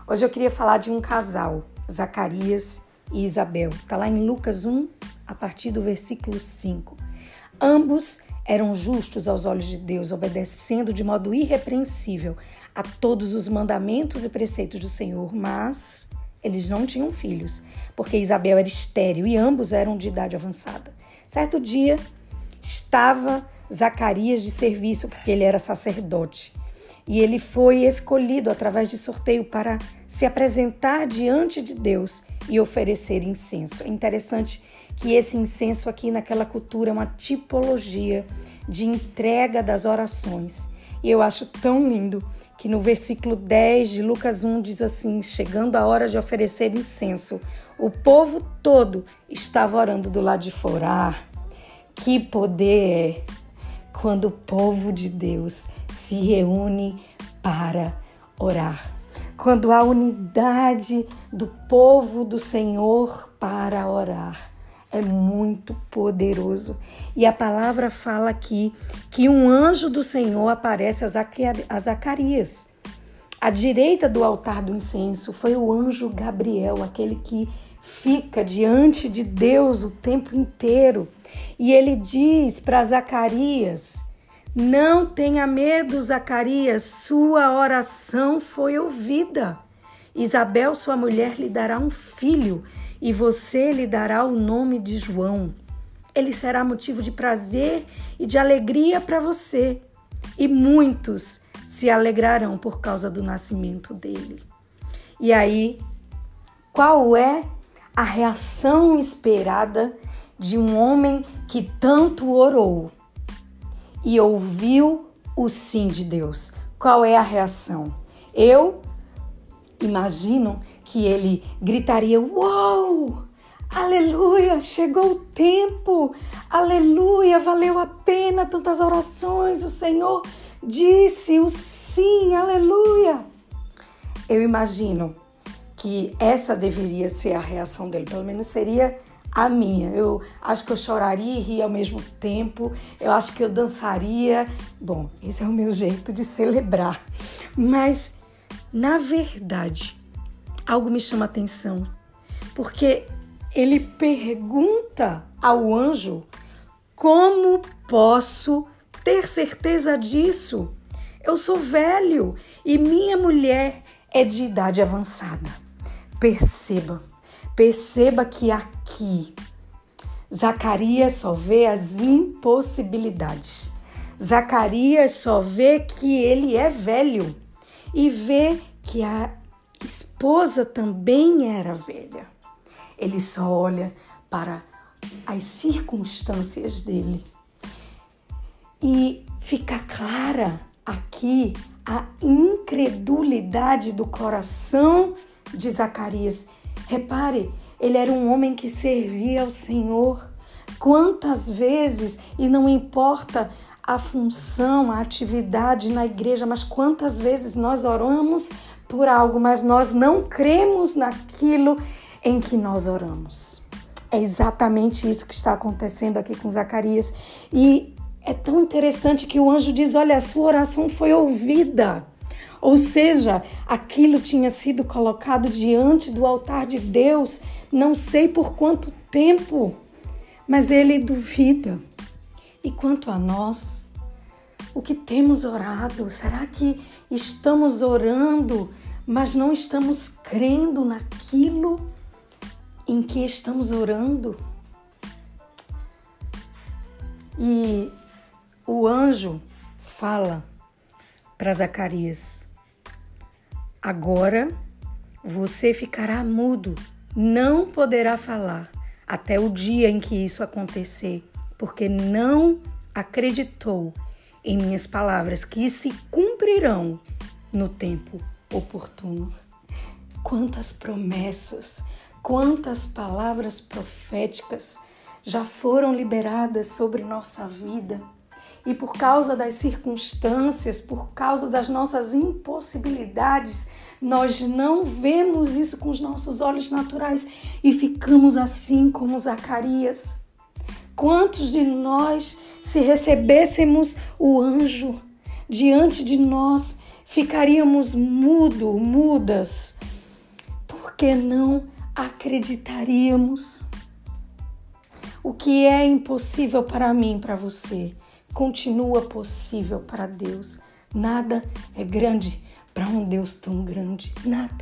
Hoje eu queria falar de um casal, Zacarias e Isabel. Está lá em Lucas 1, a partir do versículo 5. Ambos eram justos aos olhos de Deus, obedecendo de modo irrepreensível a todos os mandamentos e preceitos do Senhor, mas eles não tinham filhos, porque Isabel era estéril e ambos eram de idade avançada. Certo dia, estava Zacarias de serviço, porque ele era sacerdote, e ele foi escolhido através de sorteio para se apresentar diante de Deus e oferecer incenso. É interessante que esse incenso aqui naquela cultura é uma tipologia de entrega das orações. E eu acho tão lindo que no versículo 10 de Lucas 1 diz assim: chegando a hora de oferecer incenso, o povo todo estava orando do lado de fora. Que poder é quando o povo de Deus se reúne para orar. Quando há unidade do povo do Senhor para orar. É muito poderoso. E a palavra fala aqui que um anjo do Senhor aparece a Zacarias. À direita do altar do incenso foi o anjo Gabriel, aquele que fica diante de Deus o tempo inteiro. E ele diz para Zacarias: não tenha medo, Zacarias, sua oração foi ouvida. Isabel, sua mulher, lhe dará um filho e você lhe dará o nome de João. Ele será motivo de prazer e de alegria para você, e muitos se alegrarão por causa do nascimento dele. E aí, qual é a reação esperada de um homem que tanto orou e ouviu o sim de Deus? Qual é a reação? Eu imagino que ele gritaria: uau! Aleluia! Chegou o tempo! Aleluia! Valeu a pena tantas orações! O Senhor disse o sim! Aleluia! Eu imagino que essa deveria ser a reação dele, pelo menos seria a minha. Eu acho que eu choraria e ria ao mesmo tempo, eu acho que eu dançaria. Bom, esse é o meu jeito de celebrar. Mas, na verdade, algo me chama a atenção, porque ele pergunta ao anjo: como posso ter certeza disso? Eu sou velho e minha mulher é de idade avançada. Perceba que aqui Zacarias só vê as impossibilidades. Zacarias só vê que ele é velho e vê que a esposa também era velha. Ele só olha para as circunstâncias dele. E fica clara aqui a incredulidade do coração de Zacarias. Repare, ele era um homem que servia ao Senhor. Quantas vezes, e não importa a função, a atividade na igreja, mas quantas vezes nós oramos por algo, mas nós não cremos naquilo em que nós oramos. É exatamente isso que está acontecendo aqui com Zacarias. E é tão interessante que o anjo diz: olha, a sua oração foi ouvida. Ou seja, aquilo tinha sido colocado diante do altar de Deus, não sei por quanto tempo, mas ele duvida. E quanto a nós, o que temos orado? Será que estamos orando, mas não estamos crendo naquilo em que estamos orando? E o anjo fala para Zacarias: agora você ficará mudo, não poderá falar até o dia em que isso acontecer, porque não acreditou em minhas palavras, que se cumprirão no tempo oportuno. Quantas promessas, quantas palavras proféticas já foram liberadas sobre nossa vida. E por causa das circunstâncias, por causa das nossas impossibilidades, nós não vemos isso com os nossos olhos naturais e ficamos assim como Zacarias. Quantos de nós, se recebêssemos o anjo diante de nós, ficaríamos mudas, porque não acreditaríamos. O que é impossível para mim, para você, continua possível para Deus. Nada é grande para um Deus tão grande. Nada.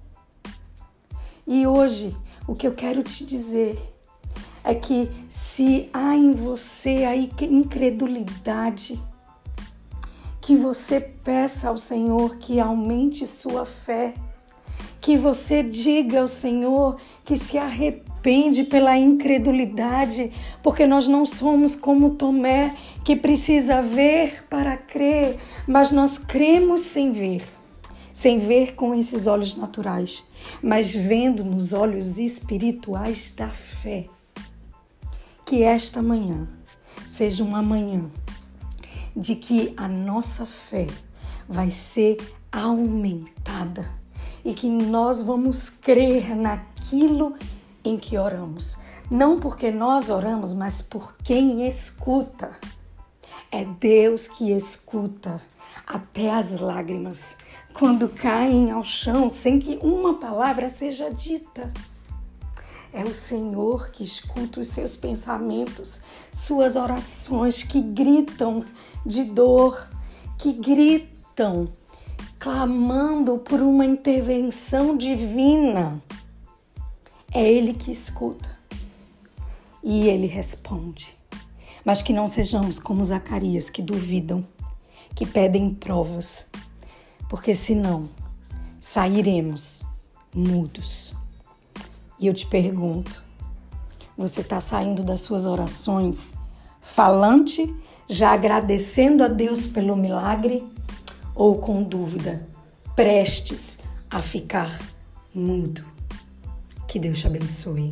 E hoje, o que eu quero te dizer é que se há em você aí incredulidade, que você peça ao Senhor que aumente sua fé, que você diga ao Senhor que se arrepende pela incredulidade, porque nós não somos como Tomé, que precisa ver para crer, mas nós cremos sem ver com esses olhos naturais, mas vendo nos olhos espirituais da fé. Que esta manhã seja uma manhã de que a nossa fé vai ser aumentada e que nós vamos crer naquilo em que oramos. Não porque nós oramos, mas por quem escuta. É Deus que escuta até as lágrimas quando caem ao chão sem que uma palavra seja dita. É o Senhor que escuta os seus pensamentos, suas orações que gritam de dor, que gritam, clamando por uma intervenção divina. É Ele que escuta e Ele responde. Mas que não sejamos como Zacarias, que duvidam, que pedem provas, porque senão sairemos mudos. E eu te pergunto, você está saindo das suas orações falante, já agradecendo a Deus pelo milagre, ou com dúvida, prestes a ficar mudo? Que Deus te abençoe.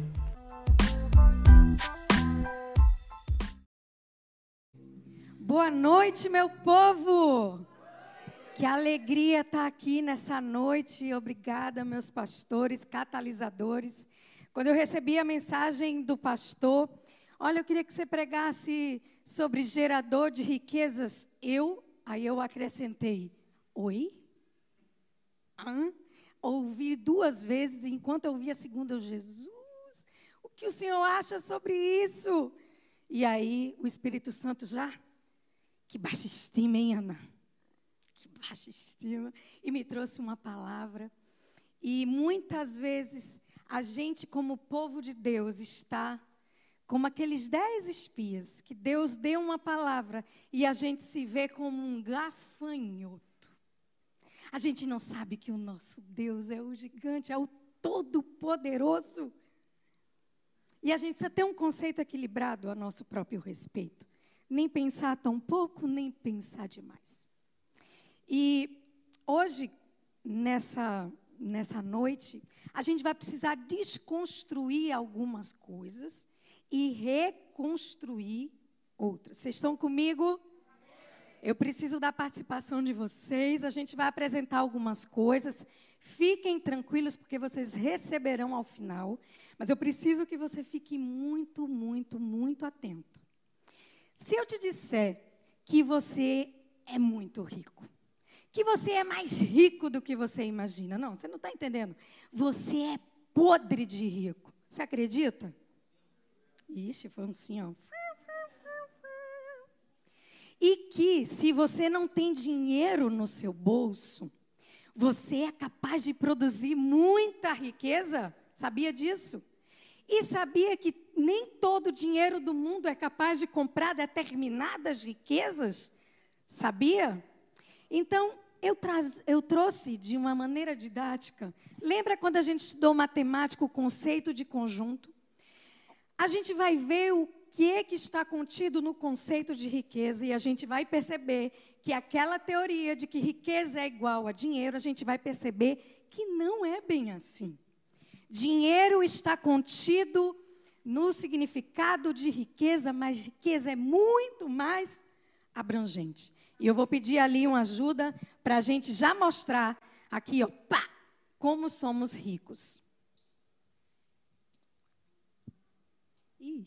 Boa noite, meu povo! Que alegria estar aqui nessa noite. Obrigada, meus pastores, catalisadores. Quando eu recebi a mensagem do pastor, olha, eu queria que você pregasse sobre gerador de riquezas. Aí eu acrescentei, oi? Ouvi 2 vezes, enquanto eu ouvi a segunda, Jesus, o que o Senhor acha sobre isso? E aí o Espírito Santo que baixa estima, hein, Ana? Que baixa estima. E me trouxe uma palavra. E muitas vezes a gente, como povo de Deus, está como aqueles 10 espias, que Deus deu uma palavra e a gente se vê como um gafanhoto. A gente não sabe que o nosso Deus é o gigante, é o todo-poderoso. E a gente precisa ter um conceito equilibrado a nosso próprio respeito. Nem pensar tão pouco, nem pensar demais. E hoje, nessa noite, a gente vai precisar desconstruir algumas coisas e reconstruir outras. Vocês estão comigo? Eu preciso da participação de vocês. A gente vai apresentar algumas coisas. Fiquem tranquilos, porque vocês receberão ao final. Mas eu preciso que você fique muito, muito, muito atento. Se eu te disser que você é muito rico, que você é mais rico do que você imagina. Não, você não está entendendo. Você é podre de rico. Você acredita? Ixi, foi um sim, ó. E que, se você não tem dinheiro no seu bolso, você é capaz de produzir muita riqueza. Sabia disso? E sabia que nem todo o dinheiro do mundo é capaz de comprar determinadas riquezas? Sabia? Então, eu trouxe de uma maneira didática. Lembra quando a gente estudou matemática, o conceito de conjunto? A gente vai ver o que está contido no conceito de riqueza e a gente vai perceber que aquela teoria de que riqueza é igual a dinheiro, a gente vai perceber que não é bem assim. Dinheiro está contido no significado de riqueza, mas riqueza é muito mais abrangente. E eu vou pedir ali uma ajuda para a gente já mostrar aqui, ó, pá, como somos ricos. Ih.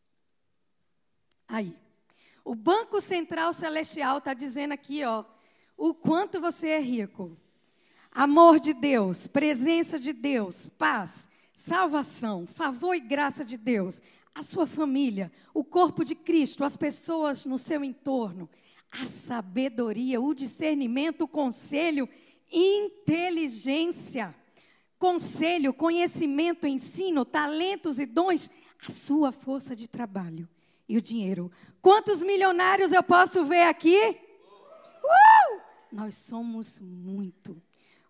Aí. O Banco Central Celestial está dizendo aqui, ó, o quanto você é rico. Amor de Deus, presença de Deus, paz, salvação, favor e graça de Deus, a sua família, o corpo de Cristo, as pessoas no seu entorno, a sabedoria, o discernimento, o conselho, inteligência, conselho, conhecimento, ensino, talentos e dons, a sua força de trabalho e o dinheiro. Quantos milionários eu posso ver aqui? Nós somos muito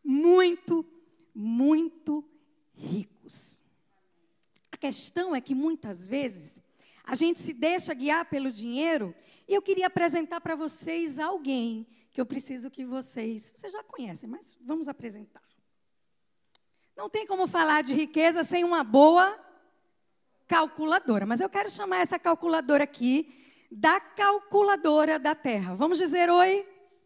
ricos. A questão é que muitas vezes a gente se deixa guiar pelo dinheiro, e eu queria apresentar para vocês alguém que eu preciso que vocês já conhecem, mas vamos apresentar. Não tem como falar de riqueza sem uma boa calculadora, mas eu quero chamar essa calculadora aqui da calculadora da Terra. Vamos dizer oi?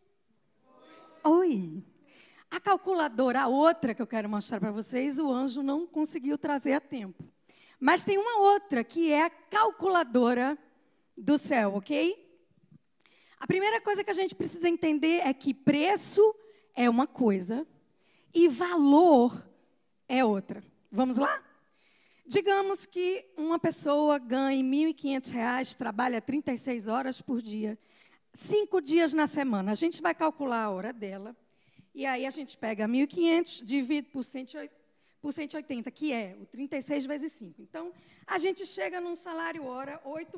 Oi. A calculadora, a outra que eu quero mostrar para vocês, o anjo não conseguiu trazer a tempo. Mas tem uma outra, que é a calculadora do céu, ok? A primeira coisa que a gente precisa entender é que preço é uma coisa e valor é outra. Vamos lá? Digamos que uma pessoa ganhe R$ 1.500, trabalha 36 horas por dia, 5 dias na semana. A gente vai calcular a hora dela, e aí a gente pega 1.500, divide por 180, que é o 36 vezes 5. Então, a gente chega num salário hora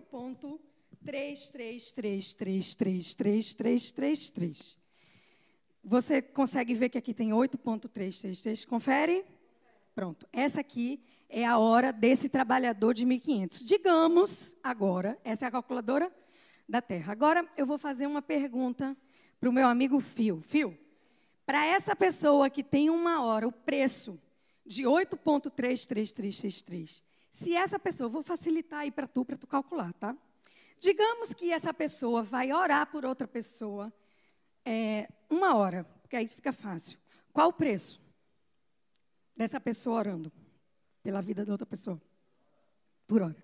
8,33333333. Você consegue ver que aqui tem 8,333? Confere? Pronto. Essa aqui é a hora desse trabalhador de 1.500. Digamos, agora, essa é a calculadora da Terra. Agora, eu vou fazer uma pergunta para o meu amigo Phil. Phil, para essa pessoa que tem uma hora, o preço de 8,33333, se essa pessoa, vou facilitar aí para tu calcular, tá? Digamos que essa pessoa vai orar por outra pessoa uma hora, porque aí fica fácil. Qual o preço dessa pessoa orando pela vida da outra pessoa? Por hora.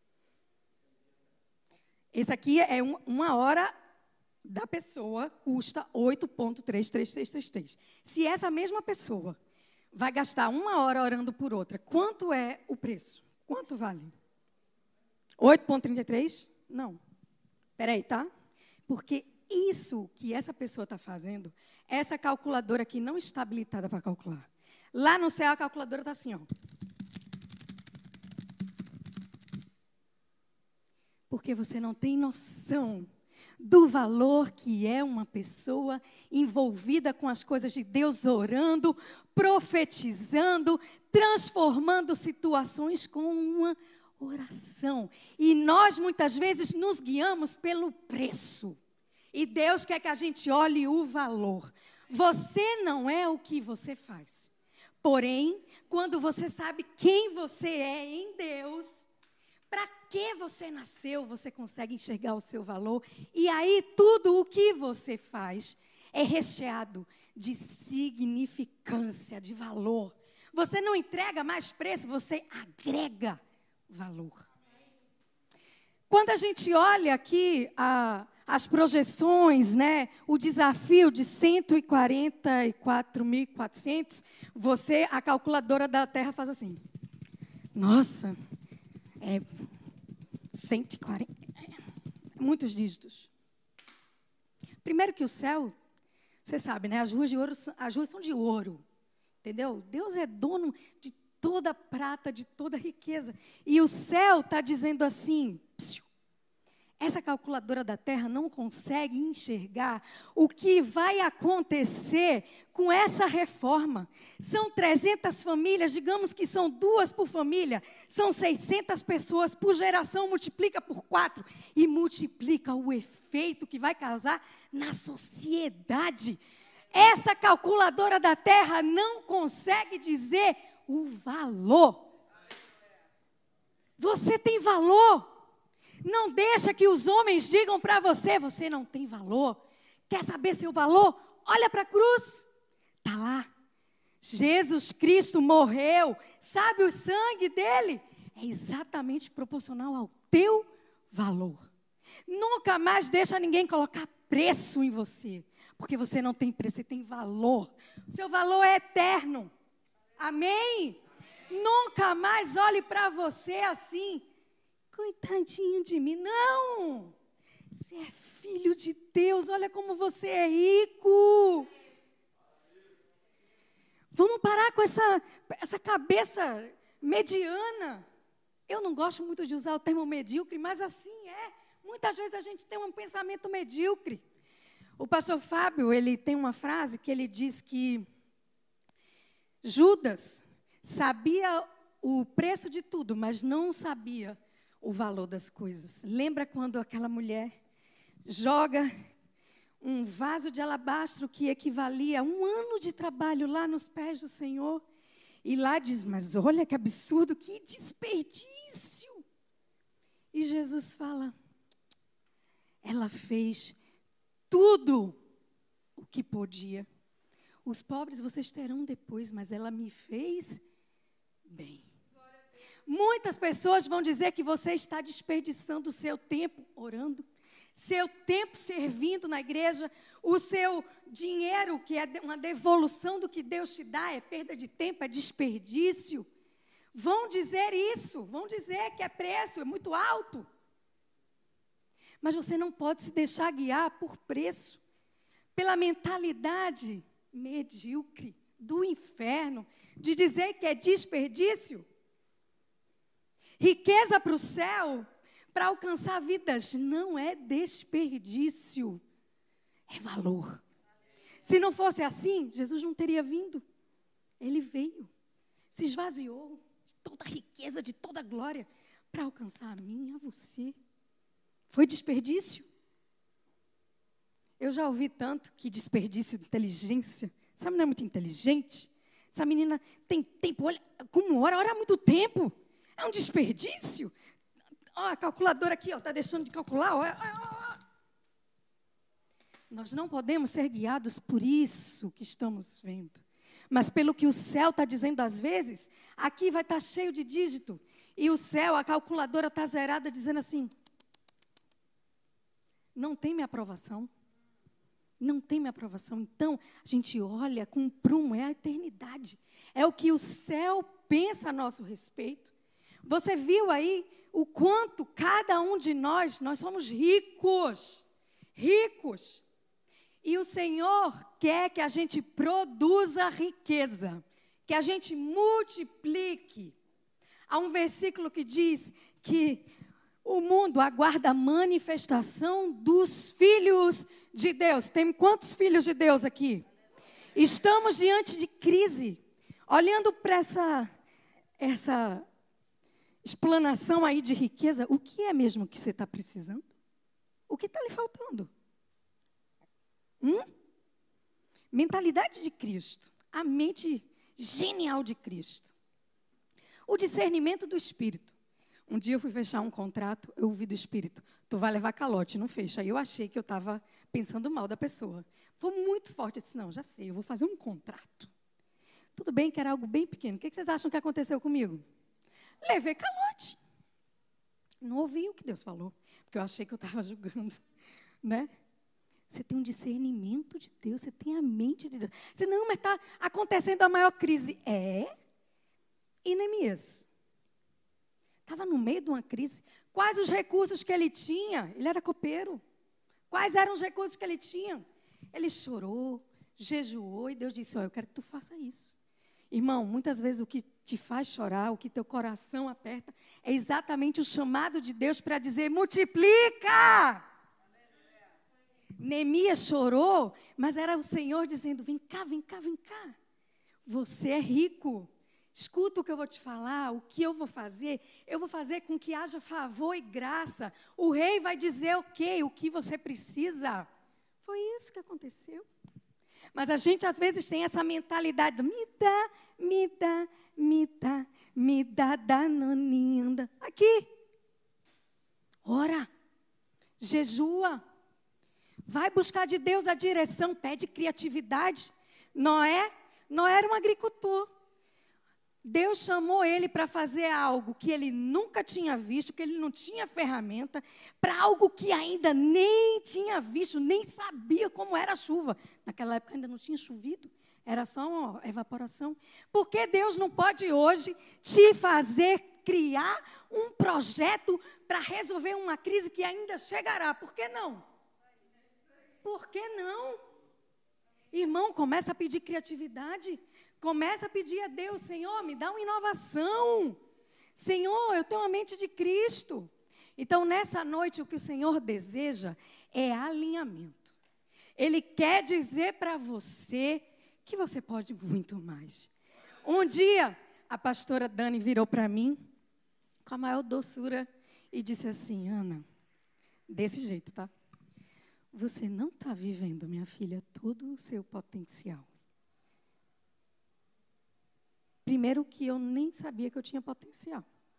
Esse aqui é uma hora da pessoa, custa 8,33333. Se essa mesma pessoa vai gastar uma hora orando por outra, quanto é o preço? Quanto vale? 8,33? Não. Espera aí, tá? Porque isso que essa pessoa está fazendo, essa calculadora aqui não está habilitada para calcular. Lá no céu, a calculadora está assim, ó. Porque você não tem noção do valor que é uma pessoa envolvida com as coisas de Deus, orando, profetizando, transformando situações com uma oração. E nós, muitas vezes, nos guiamos pelo preço. E Deus quer que a gente olhe o valor. Você não é o que você faz. Porém, quando você sabe quem você é em Deus, para que você nasceu, você consegue enxergar o seu valor. E aí, tudo o que você faz é recheado de significância, de valor. Você não entrega mais preço, você agrega valor. Quando a gente olha aqui as projeções, né, o desafio de 144.400, a calculadora da Terra faz assim. Nossa, 140, muitos dígitos. Primeiro que o céu, você sabe, né, as ruas são de ouro, entendeu? Deus é dono de toda prata, de toda riqueza. E o céu está dizendo assim, essa calculadora da Terra não consegue enxergar o que vai acontecer com essa reforma. São 300 famílias, digamos que são 2 por família, são 600 pessoas por geração, multiplica por 4 e multiplica o efeito que vai causar na sociedade. Essa calculadora da Terra não consegue dizer o valor. Você tem valor. Não deixa que os homens digam para você, você não tem valor. Quer saber seu valor? Olha para a cruz. Está lá. Jesus Cristo morreu. Sabe o sangue dele? É exatamente proporcional ao teu valor. Nunca mais deixa ninguém colocar preço em você. Porque você não tem preço, você tem valor. O seu valor é eterno. Amém? Nunca mais olhe para você assim, coitadinho de mim. Não! Você é filho de Deus, olha como você é rico. Vamos parar com essa cabeça mediana. Eu não gosto muito de usar o termo medíocre, mas assim é. Muitas vezes a gente tem um pensamento medíocre. O pastor Fábio, ele tem uma frase que ele diz que Judas sabia o preço de tudo, mas não sabia o valor das coisas. Lembra quando aquela mulher joga um vaso de alabastro que equivalia a 1 ano de trabalho lá nos pés do Senhor? E lá diz, mas olha que absurdo, que desperdício. E Jesus fala, ela fez tudo o que podia. Os pobres vocês terão depois, mas ela me fez bem. Muitas pessoas vão dizer que você está desperdiçando o seu tempo orando, seu tempo servindo na igreja, o seu dinheiro, que é uma devolução do que Deus te dá, é perda de tempo, é desperdício. Vão dizer isso, vão dizer que é preço, é muito alto. Mas você não pode se deixar guiar por preço, pela mentalidade medíocre do inferno, de dizer que é desperdício. Riqueza para o céu, para alcançar vidas, não é desperdício, é valor. Se não fosse assim, Jesus não teria vindo. Ele veio, se esvaziou de toda a riqueza, de toda a glória, para alcançar a mim e a você. Foi desperdício? Eu já ouvi tanto que desperdício de inteligência. Essa menina é muito inteligente. Essa menina tem tempo, olha, como ora há muito tempo. É um desperdício. Ó, a calculadora aqui, está deixando de calcular. Ó. Nós não podemos ser guiados por isso que estamos vendo. Mas pelo que o céu está dizendo às vezes, aqui vai estar cheio de dígito. E o céu, a calculadora está zerada, dizendo assim, não tem minha aprovação. Não tem minha aprovação. Então, a gente olha com prumo, é a eternidade. É o que o céu pensa a nosso respeito. Você viu aí o quanto cada um de nós somos ricos. Ricos. E o Senhor quer que a gente produza riqueza. Que a gente multiplique. Há um versículo que diz que o mundo aguarda a manifestação dos filhos de Deus. Tem quantos filhos de Deus aqui? Estamos diante de crise. Olhando para essa explanação aí de riqueza, o que é mesmo que você está precisando? O que está lhe faltando? Mentalidade de Cristo. A mente genial de Cristo. O discernimento do Espírito. Um dia eu fui fechar um contrato, eu ouvi do Espírito, tu vai levar calote, não fecha. Aí eu achei que eu estava pensando mal da pessoa. Foi muito forte, eu disse, não, já sei, eu vou fazer um contrato. Tudo bem que era algo bem pequeno. O que vocês acham que aconteceu comigo? Levei calote. Não ouvi o que Deus falou, porque eu achei que eu estava julgando, né? Você tem um discernimento de Deus, você tem a mente de Deus. Você, não, mas está acontecendo a maior crise. E Neemias? Estava no meio de uma crise. Quais os recursos que ele tinha? Ele era copeiro. Quais eram os recursos que ele tinha? Ele chorou, jejuou e Deus disse, eu quero que tu faça isso. Irmão, muitas vezes o que te faz chorar, o que teu coração aperta, é exatamente o chamado de Deus para dizer, multiplica! Neemias chorou, mas era o Senhor dizendo, vem cá, vem cá, vem cá. Você é rico. Escuta o que eu vou te falar, o que eu vou fazer com que haja favor e graça. O rei vai dizer o que você precisa. Foi isso que aconteceu. Mas a gente às vezes tem essa mentalidade, me dá danoninha. Aqui, ora, jejua, vai buscar de Deus a direção, pede criatividade. Noé era um agricultor. Deus chamou ele para fazer algo que ele nunca tinha visto, que ele não tinha ferramenta, para algo que ainda nem tinha visto, nem sabia como era a chuva. Naquela época ainda não tinha chovido, era só uma evaporação. Por que Deus não pode hoje te fazer criar um projeto para resolver uma crise que ainda chegará? Por que não? Por que não? Irmão, começa a pedir criatividade. Começa a pedir a Deus, Senhor, me dá uma inovação. Senhor, eu tenho a mente de Cristo. Então, nessa noite, o que o Senhor deseja é alinhamento. Ele quer dizer para você que você pode muito mais. Um dia, a pastora Dani virou para mim, com a maior doçura, e disse assim, Ana, desse jeito, tá? Você não está vivendo, minha filha, todo o seu potencial. Primeiro, que eu nem sabia que eu tinha potencial.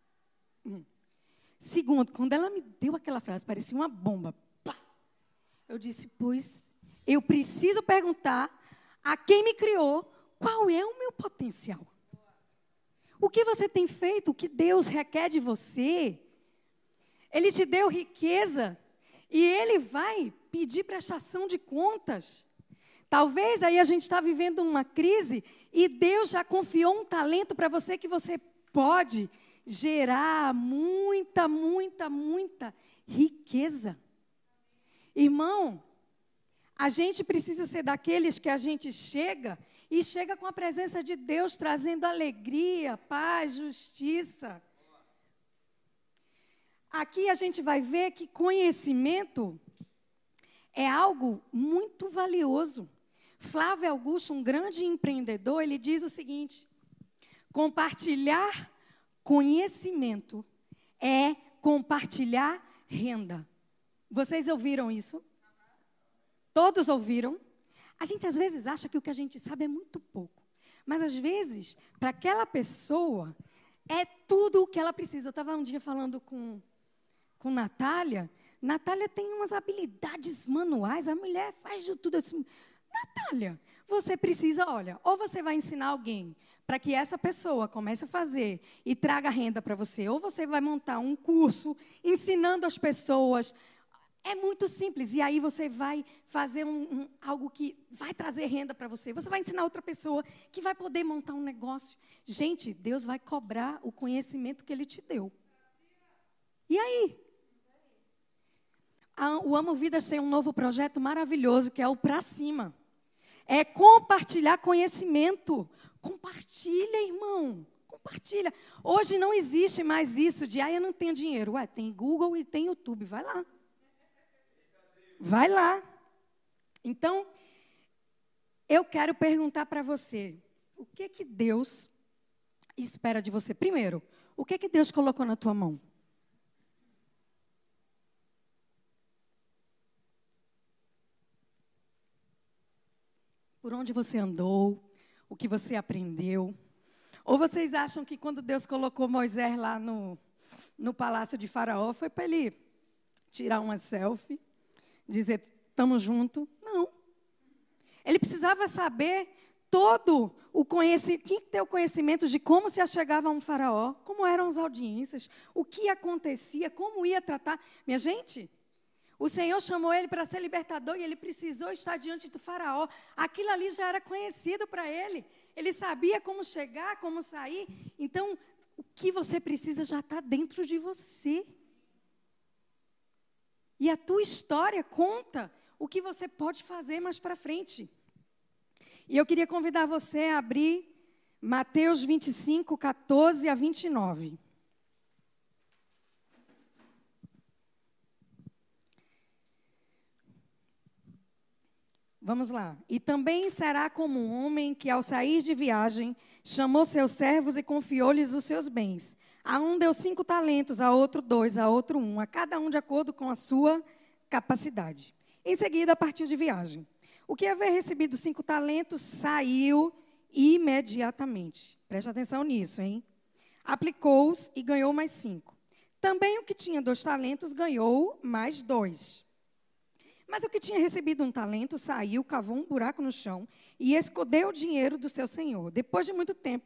Segundo, quando ela me deu aquela frase, parecia uma bomba. Pá! Eu disse, pois, eu preciso perguntar a quem me criou qual é o meu potencial. O que você tem feito, o que Deus requer de você. Ele te deu riqueza e Ele vai pedir prestação de contas. Talvez aí a gente está vivendo uma crise e Deus já confiou um talento para você que você pode gerar muita, muita, muita riqueza. Irmão, a gente precisa ser daqueles que a gente chega e chega com a presença de Deus trazendo alegria, paz, justiça. Aqui a gente vai ver que conhecimento é algo muito valioso. Flávio Augusto, um grande empreendedor, ele diz o seguinte: compartilhar conhecimento é compartilhar renda. Vocês ouviram isso? Todos ouviram? A gente às vezes acha que o que a gente sabe é muito pouco. Mas às vezes, para aquela pessoa, é tudo o que ela precisa. Eu estava um dia falando com Natália. Natália tem umas habilidades manuais, a mulher faz de tudo assim. Natália, você precisa, olha, ou você vai ensinar alguém para que essa pessoa comece a fazer e traga renda para você, ou você vai montar um curso ensinando as pessoas. É muito simples, e aí você vai fazer algo que vai trazer renda para você. Você vai ensinar outra pessoa que vai poder montar um negócio. Gente, Deus vai cobrar o conhecimento que Ele te deu. E aí? O Amo Vidas tem um novo projeto maravilhoso, que é o Pra Cima. É compartilhar conhecimento. Compartilha, irmão. Compartilha. Hoje não existe mais isso de, eu não tenho dinheiro. Ué, tem Google e tem YouTube. Vai lá. Vai lá. Então, eu quero perguntar para você, o que Deus espera de você? Primeiro, o que Deus colocou na tua mão? Por onde você andou? O que você aprendeu? Ou vocês acham que quando Deus colocou Moisés lá no palácio de Faraó, foi para ele tirar uma selfie? Dizer, estamos juntos? Não. Ele precisava saber todo o conhecimento, tinha que ter o conhecimento de como se achegava a um faraó, como eram as audiências, o que acontecia, como ia tratar. Minha gente, o Senhor chamou ele para ser libertador e ele precisou estar diante do faraó. Aquilo ali já era conhecido para ele. Ele sabia como chegar, como sair. Então, o que você precisa já está dentro de você. E a tua história conta o que você pode fazer mais para frente. E eu queria convidar você a abrir Mateus 25, 14 a 29. Vamos lá. E também será como um homem que, ao sair de viagem, chamou seus servos e confiou-lhes os seus bens. A um deu 5 talentos, a outro 2, a outro 1, a cada um de acordo com a sua capacidade. Em seguida, partiu de viagem. O que havia recebido 5 talentos saiu imediatamente. Preste atenção nisso, hein? Aplicou-os e ganhou mais 5. Também o que tinha 2 talentos ganhou mais 2. Mas o que tinha recebido 1 talento saiu, cavou um buraco no chão e escondeu o dinheiro do seu senhor. Depois de muito tempo,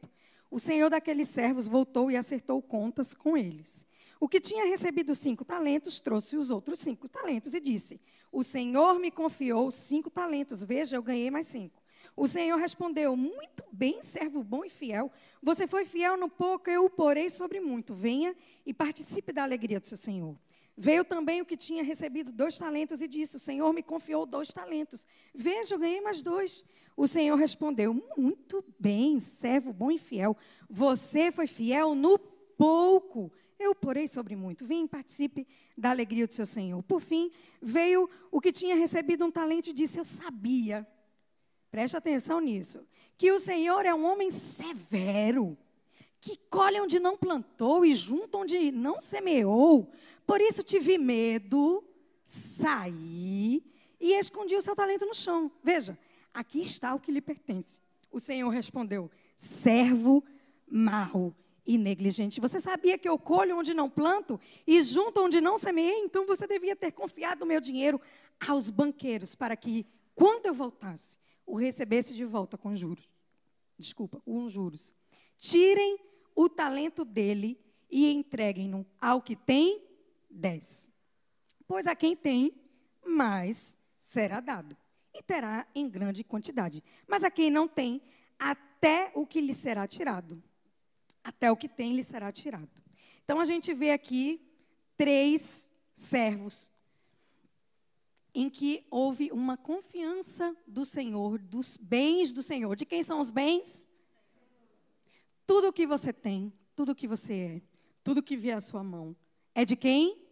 O senhor daqueles servos voltou e acertou contas com eles. O que tinha recebido 5 talentos, trouxe os outros 5 talentos e disse: o senhor me confiou 5 talentos, veja, eu ganhei mais 5. O senhor respondeu: muito bem, servo bom e fiel. Você foi fiel no pouco, eu o porei sobre muito. Venha e participe da alegria do seu senhor. Veio também o que tinha recebido 2 talentos e disse: o senhor me confiou 2 talentos. Veja, eu ganhei mais 2. O senhor respondeu: muito bem, servo bom e fiel. Você foi fiel no pouco, eu porei sobre muito. Vem e participe da alegria do seu senhor. Por fim, veio o que tinha recebido 1 talento e disse: eu sabia, preste atenção nisso, que o senhor é um homem severo, que colhe onde não plantou e junta onde não semeou. Por isso tive medo, saí e escondi o seu talento no chão. Veja, aqui está o que lhe pertence. O Senhor respondeu: servo mau e negligente. Você sabia que eu colho onde não planto e junto onde não semeei? Então você devia ter confiado o meu dinheiro aos banqueiros, para que, quando eu voltasse, o recebesse de volta com juros. Com juros. Tirem o talento dele e entreguem-no ao que tem 10. Pois a quem tem, mais será dado, e terá em grande quantidade. Mas a quem não tem, até o que lhe será tirado. Até o que tem lhe será tirado. Então, a gente vê aqui 3 servos em que houve uma confiança do Senhor, dos bens do Senhor. De quem são os bens? Tudo o que você tem, tudo o que você é, tudo que vier à sua mão, é de quem?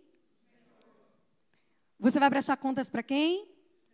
Você vai prestar contas para quem?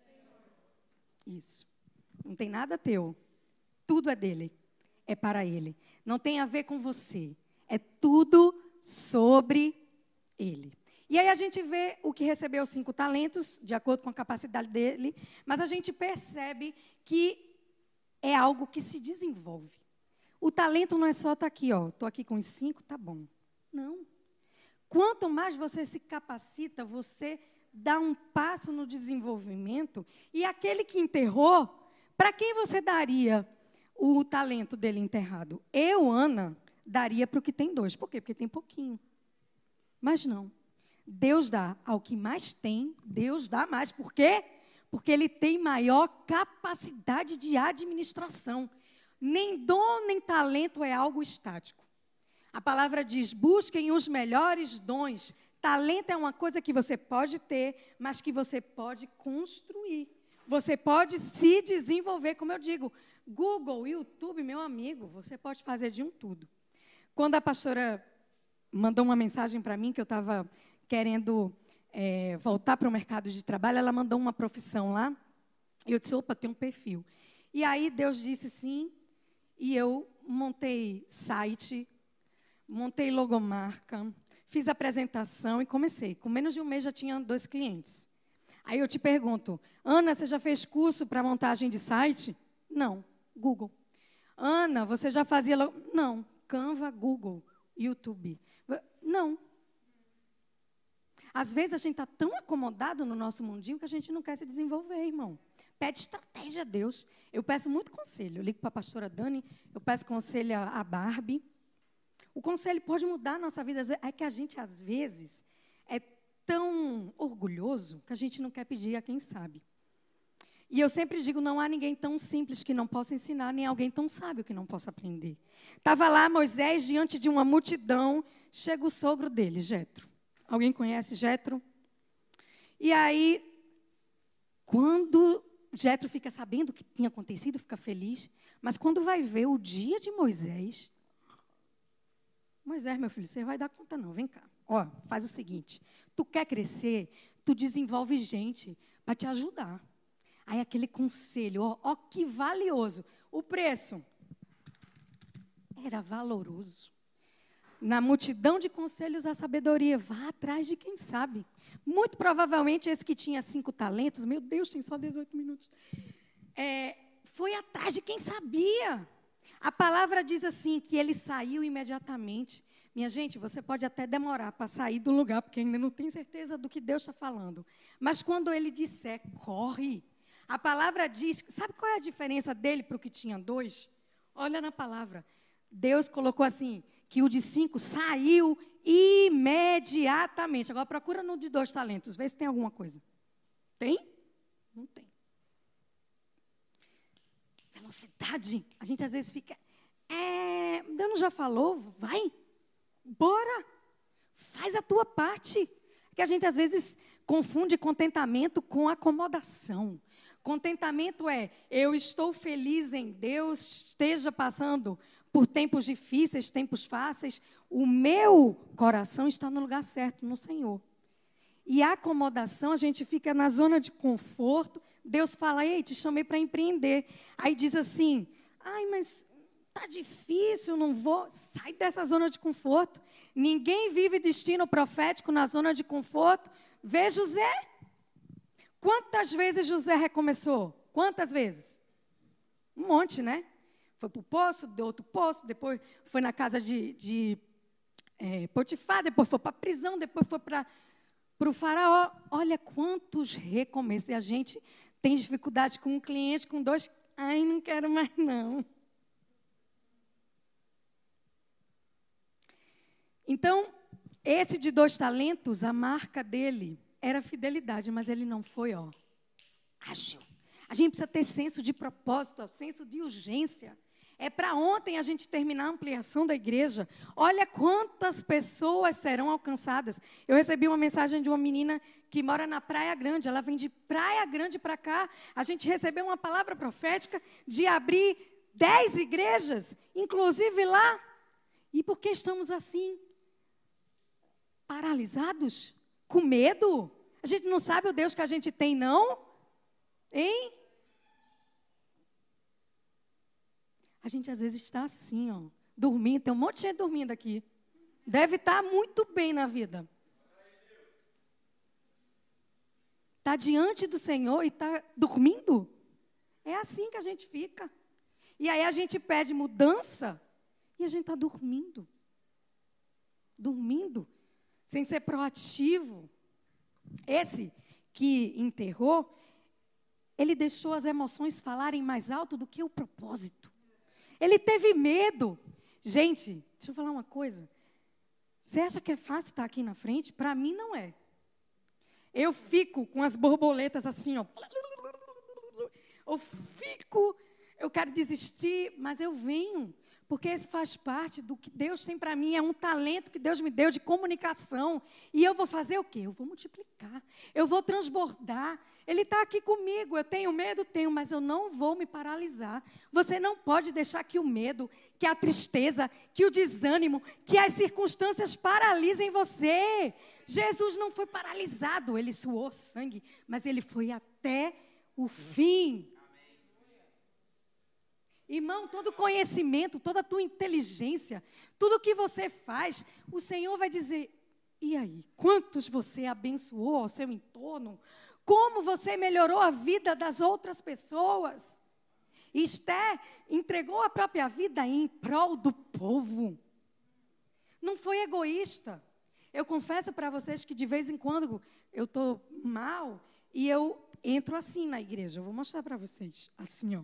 Isso. Não tem nada teu. Tudo é dele. É para ele. Não tem a ver com você. É tudo sobre ele. E aí a gente vê o que recebeu 5 talentos, de acordo com a capacidade dele, mas a gente percebe que é algo que se desenvolve. O talento não é só estar aqui, ó, estou aqui com os 5, tá bom. Não. Quanto mais você se capacita, você dá um passo no desenvolvimento, e aquele que enterrou, para quem você daria o talento dele enterrado? Eu, Ana, daria para o que tem 2. Por quê? Porque tem pouquinho. Mas não. Deus dá ao que mais tem, Deus dá mais. Por quê? Porque ele tem maior capacidade de administração. Nem dom, nem talento é algo estático. A palavra diz: busquem os melhores dons. Talento é uma coisa que você pode ter, mas que você pode construir. Você pode se desenvolver, como eu digo. Google, YouTube, meu amigo, você pode fazer de um tudo. Quando a pastora mandou uma mensagem para mim, que eu estava querendo voltar para o mercado de trabalho, ela mandou uma profissão lá, e eu disse: opa, tem um perfil. E aí Deus disse sim, e eu montei site, montei logomarca, fiz apresentação e comecei. Com menos de um mês já tinha 2 clientes. Aí eu te pergunto: Ana, você já fez curso para montagem de site? Não, Google. Ana, você já fazia... Não, Canva, Google, YouTube. Não. Às vezes a gente está tão acomodado no nosso mundinho que a gente não quer se desenvolver, irmão. Pede estratégia a Deus. Eu peço muito conselho. Eu ligo para a pastora Dani, eu peço conselho a Barbie. O conselho pode mudar a nossa vida. É que a gente, às vezes, é tão orgulhoso que a gente não quer pedir a quem sabe. E eu sempre digo: não há ninguém tão simples que não possa ensinar, nem alguém tão sábio que não possa aprender. Estava lá Moisés diante de uma multidão, chega o sogro dele, Jetro. Alguém conhece Jetro? E aí, quando Jetro fica sabendo o que tinha acontecido, fica feliz, mas quando vai ver o dia de Moisés, meu filho, você vai dar conta não, vem cá. Ó, faz o seguinte: tu quer crescer, tu desenvolve gente para te ajudar. Aí aquele conselho, ó que valioso. O preço era valoroso. Na multidão de conselhos, a sabedoria. Vá atrás de quem sabe. Muito provavelmente esse que tinha 5 talentos, meu Deus, tem só 18 minutos. Foi atrás de quem sabia. A palavra diz assim, que ele saiu imediatamente. Minha gente, você pode até demorar para sair do lugar, porque ainda não tem certeza do que Deus está falando. Mas quando ele disser, corre. A palavra diz, sabe qual é a diferença dele para o que tinha 2? Olha na palavra. Deus colocou assim, que o de 5 saiu imediatamente. Agora procura no de 2 talentos, vê se tem alguma coisa. Tem? Não tem. Velocidade. A gente às vezes fica, Deus não já falou? Vai, bora, faz a tua parte. Que a gente às vezes confunde contentamento com acomodação. Contentamento é, eu estou feliz em Deus, esteja passando por tempos difíceis, tempos fáceis, o meu coração está no lugar certo, no Senhor. E a acomodação, a gente fica na zona de conforto, Deus fala, ei, te chamei para empreender. Aí diz assim, ai, mas está difícil, não vou. Sai dessa zona de conforto. Ninguém vive destino profético na zona de conforto. Vê José. Quantas vezes José recomeçou? Quantas vezes? Um monte, né? Foi para o poço, deu outro poço, depois foi na casa de Potifar, depois foi para a prisão, depois foi para o faraó. Olha quantos recomeços. E a gente tem dificuldade com um cliente, com 2. Ai, não quero mais não. Então, esse de 2 talentos, a marca dele era fidelidade, mas ele não foi, ágil. A gente precisa ter senso de propósito, senso de urgência. É para ontem a gente terminar a ampliação da igreja. Olha quantas pessoas serão alcançadas. Eu recebi uma mensagem de uma menina que mora na Praia Grande. Ela vem de Praia Grande para cá. A gente recebeu uma palavra profética de abrir 10 igrejas, inclusive lá. E por que estamos assim? Paralisados? Com medo? A gente não sabe o Deus que a gente tem, não? Hein? A gente às vezes está assim, dormindo. Tem um monte de gente dormindo aqui. Deve estar muito bem na vida. Está diante do Senhor e está dormindo? É assim que a gente fica. E aí a gente pede mudança e a gente está dormindo. Dormindo, sem ser proativo. Esse que enterrou, ele deixou as emoções falarem mais alto do que o propósito. Ele teve medo. Gente, deixa eu falar uma coisa. Você acha que é fácil estar aqui na frente? Para mim não é. Eu fico com as borboletas assim, eu quero desistir, mas eu venho. Porque esse faz parte do que Deus tem para mim, é um talento que Deus me deu de comunicação. E eu vou fazer o quê? Eu vou multiplicar, eu vou transbordar. Ele está aqui comigo, eu tenho medo? Tenho, mas eu não vou me paralisar. Você não pode deixar que o medo, que a tristeza, que o desânimo, que as circunstâncias paralisem você. Jesus não foi paralisado, ele suou sangue, mas ele foi até o fim. Irmão, todo conhecimento, toda a tua inteligência, tudo que você faz, o Senhor vai dizer, e aí, quantos você abençoou ao seu entorno? Como você melhorou a vida das outras pessoas? Esther entregou a própria vida em prol do povo. Não foi egoísta. Eu confesso para vocês que de vez em quando eu estou mal e eu entro assim na igreja. Eu vou mostrar para vocês, assim,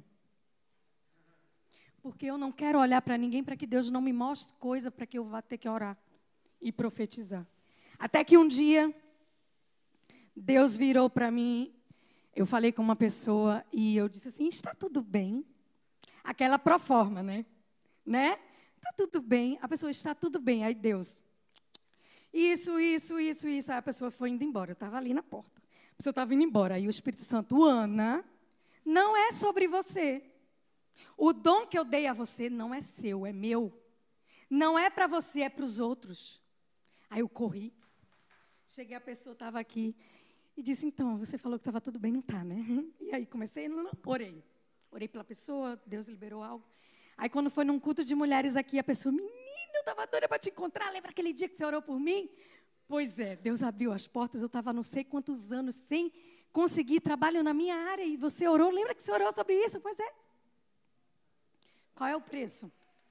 Porque eu não quero olhar para ninguém para que Deus não me mostre coisa para que eu vá ter que orar e profetizar. Até que um dia, Deus virou para mim, eu falei com uma pessoa e eu disse assim, está tudo bem? Aquela proforma, né? Está tudo bem. A pessoa, está tudo bem. Aí Deus, isso. Aí a pessoa foi indo embora. Eu estava ali na porta. A pessoa estava indo embora. Aí o Espírito Santo, Ana, não é sobre você. O dom que eu dei a você não é seu, é meu. Não é para você, é para os outros. Aí eu corri. Cheguei, a pessoa estava aqui e disse, então, você falou que estava tudo bem, não está, né? E aí comecei, orei. Orei pela pessoa, Deus liberou algo. Aí quando foi num culto de mulheres aqui, a pessoa, menina, eu estava doida para te encontrar, lembra aquele dia que você orou por mim? Pois é, Deus abriu as portas, eu estava não sei quantos anos sem conseguir trabalho na minha área e você orou, lembra que você orou sobre isso? Pois é. Qual é o preço?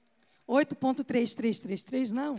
8.3333, não.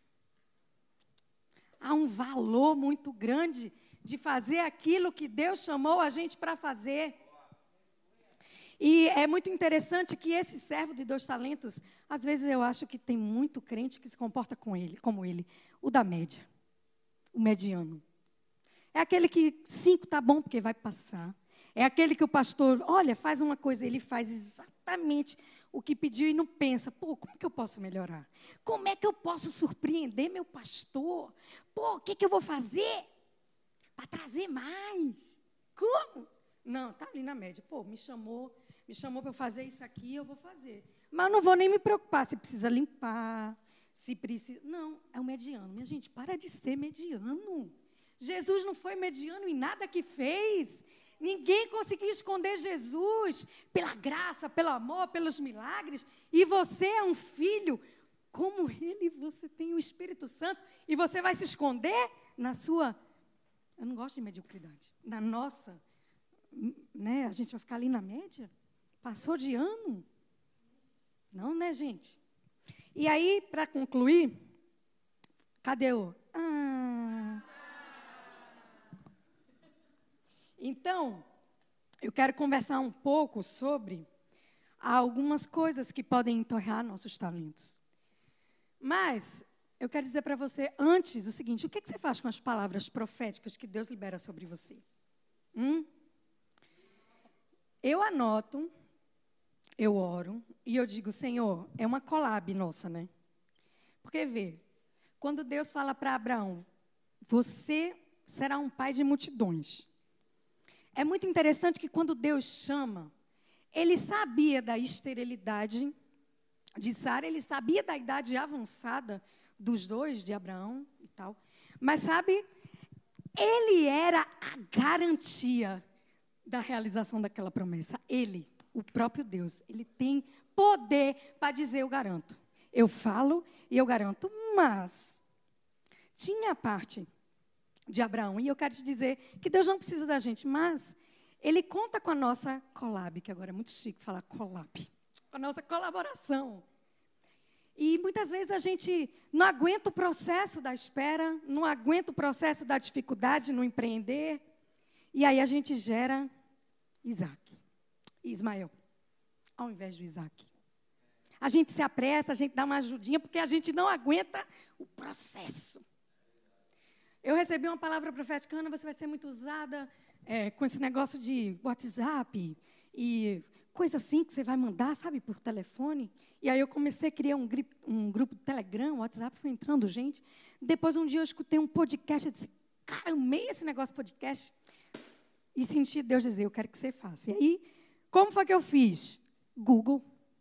Há um valor muito grande de fazer aquilo que Deus chamou a gente para fazer. E é muito interessante que esse servo de 2 talentos, às vezes eu acho que tem muito crente que se comporta como ele, o da média, o mediano. É aquele que 5 está bom porque vai passar. É aquele que o pastor, olha, faz uma coisa, ele faz exatamente o que pediu e não pensa, pô, como que eu posso melhorar? Como é que eu posso surpreender meu pastor? Pô, o que eu vou fazer para trazer mais? Como? Não, está ali na média. Pô, me chamou para eu fazer isso aqui, eu vou fazer. Mas eu não vou nem me preocupar se precisa limpar, se precisa... Não, é o mediano. Minha gente, para de ser mediano. Jesus não foi mediano em nada que fez. Ninguém conseguiu esconder Jesus pela graça, pelo amor, pelos milagres. E você é um filho, como ele, você tem o Espírito Santo. E você vai se esconder na sua... Eu não gosto de mediocridade. Na nossa, né? A gente vai ficar ali na média? Passou de ano? Não, né, gente? E aí, para concluir, cadê o... Então, eu quero conversar um pouco sobre algumas coisas que podem enterrar nossos talentos. Mas, eu quero dizer para você, antes, o seguinte, o que você faz com as palavras proféticas que Deus libera sobre você? Eu anoto, eu oro, e eu digo, Senhor, é uma collab nossa, né? Porque, vê, quando Deus fala para Abraão, você será um pai de multidões. É muito interessante que quando Deus chama, ele sabia da esterilidade de Sara, ele sabia da idade avançada dos dois, de Abraão e tal. Mas sabe, ele era a garantia da realização daquela promessa. Ele, o próprio Deus, ele tem poder para dizer, eu garanto. Eu falo e eu garanto, mas tinha a parte de Abraão. E eu quero te dizer que Deus não precisa da gente, mas Ele conta com a nossa collab, que agora é muito chique falar collab, com a nossa colaboração. E muitas vezes a gente não aguenta o processo da espera, não aguenta o processo da dificuldade no empreender, e aí a gente gera Isaac e Ismael, ao invés do Isaac. A gente se apressa, a gente dá uma ajudinha, porque a gente não aguenta o processo. Eu recebi uma palavra profética, Ana, você vai ser muito usada com esse negócio de WhatsApp e coisa assim que você vai mandar, sabe, por telefone. E aí eu comecei a criar um grupo de Telegram, o WhatsApp foi entrando gente. Depois, um dia, eu escutei um podcast, eu disse, cara, eu amei esse negócio de podcast. E senti Deus dizer, eu quero que você faça. E aí, como foi que eu fiz? Google.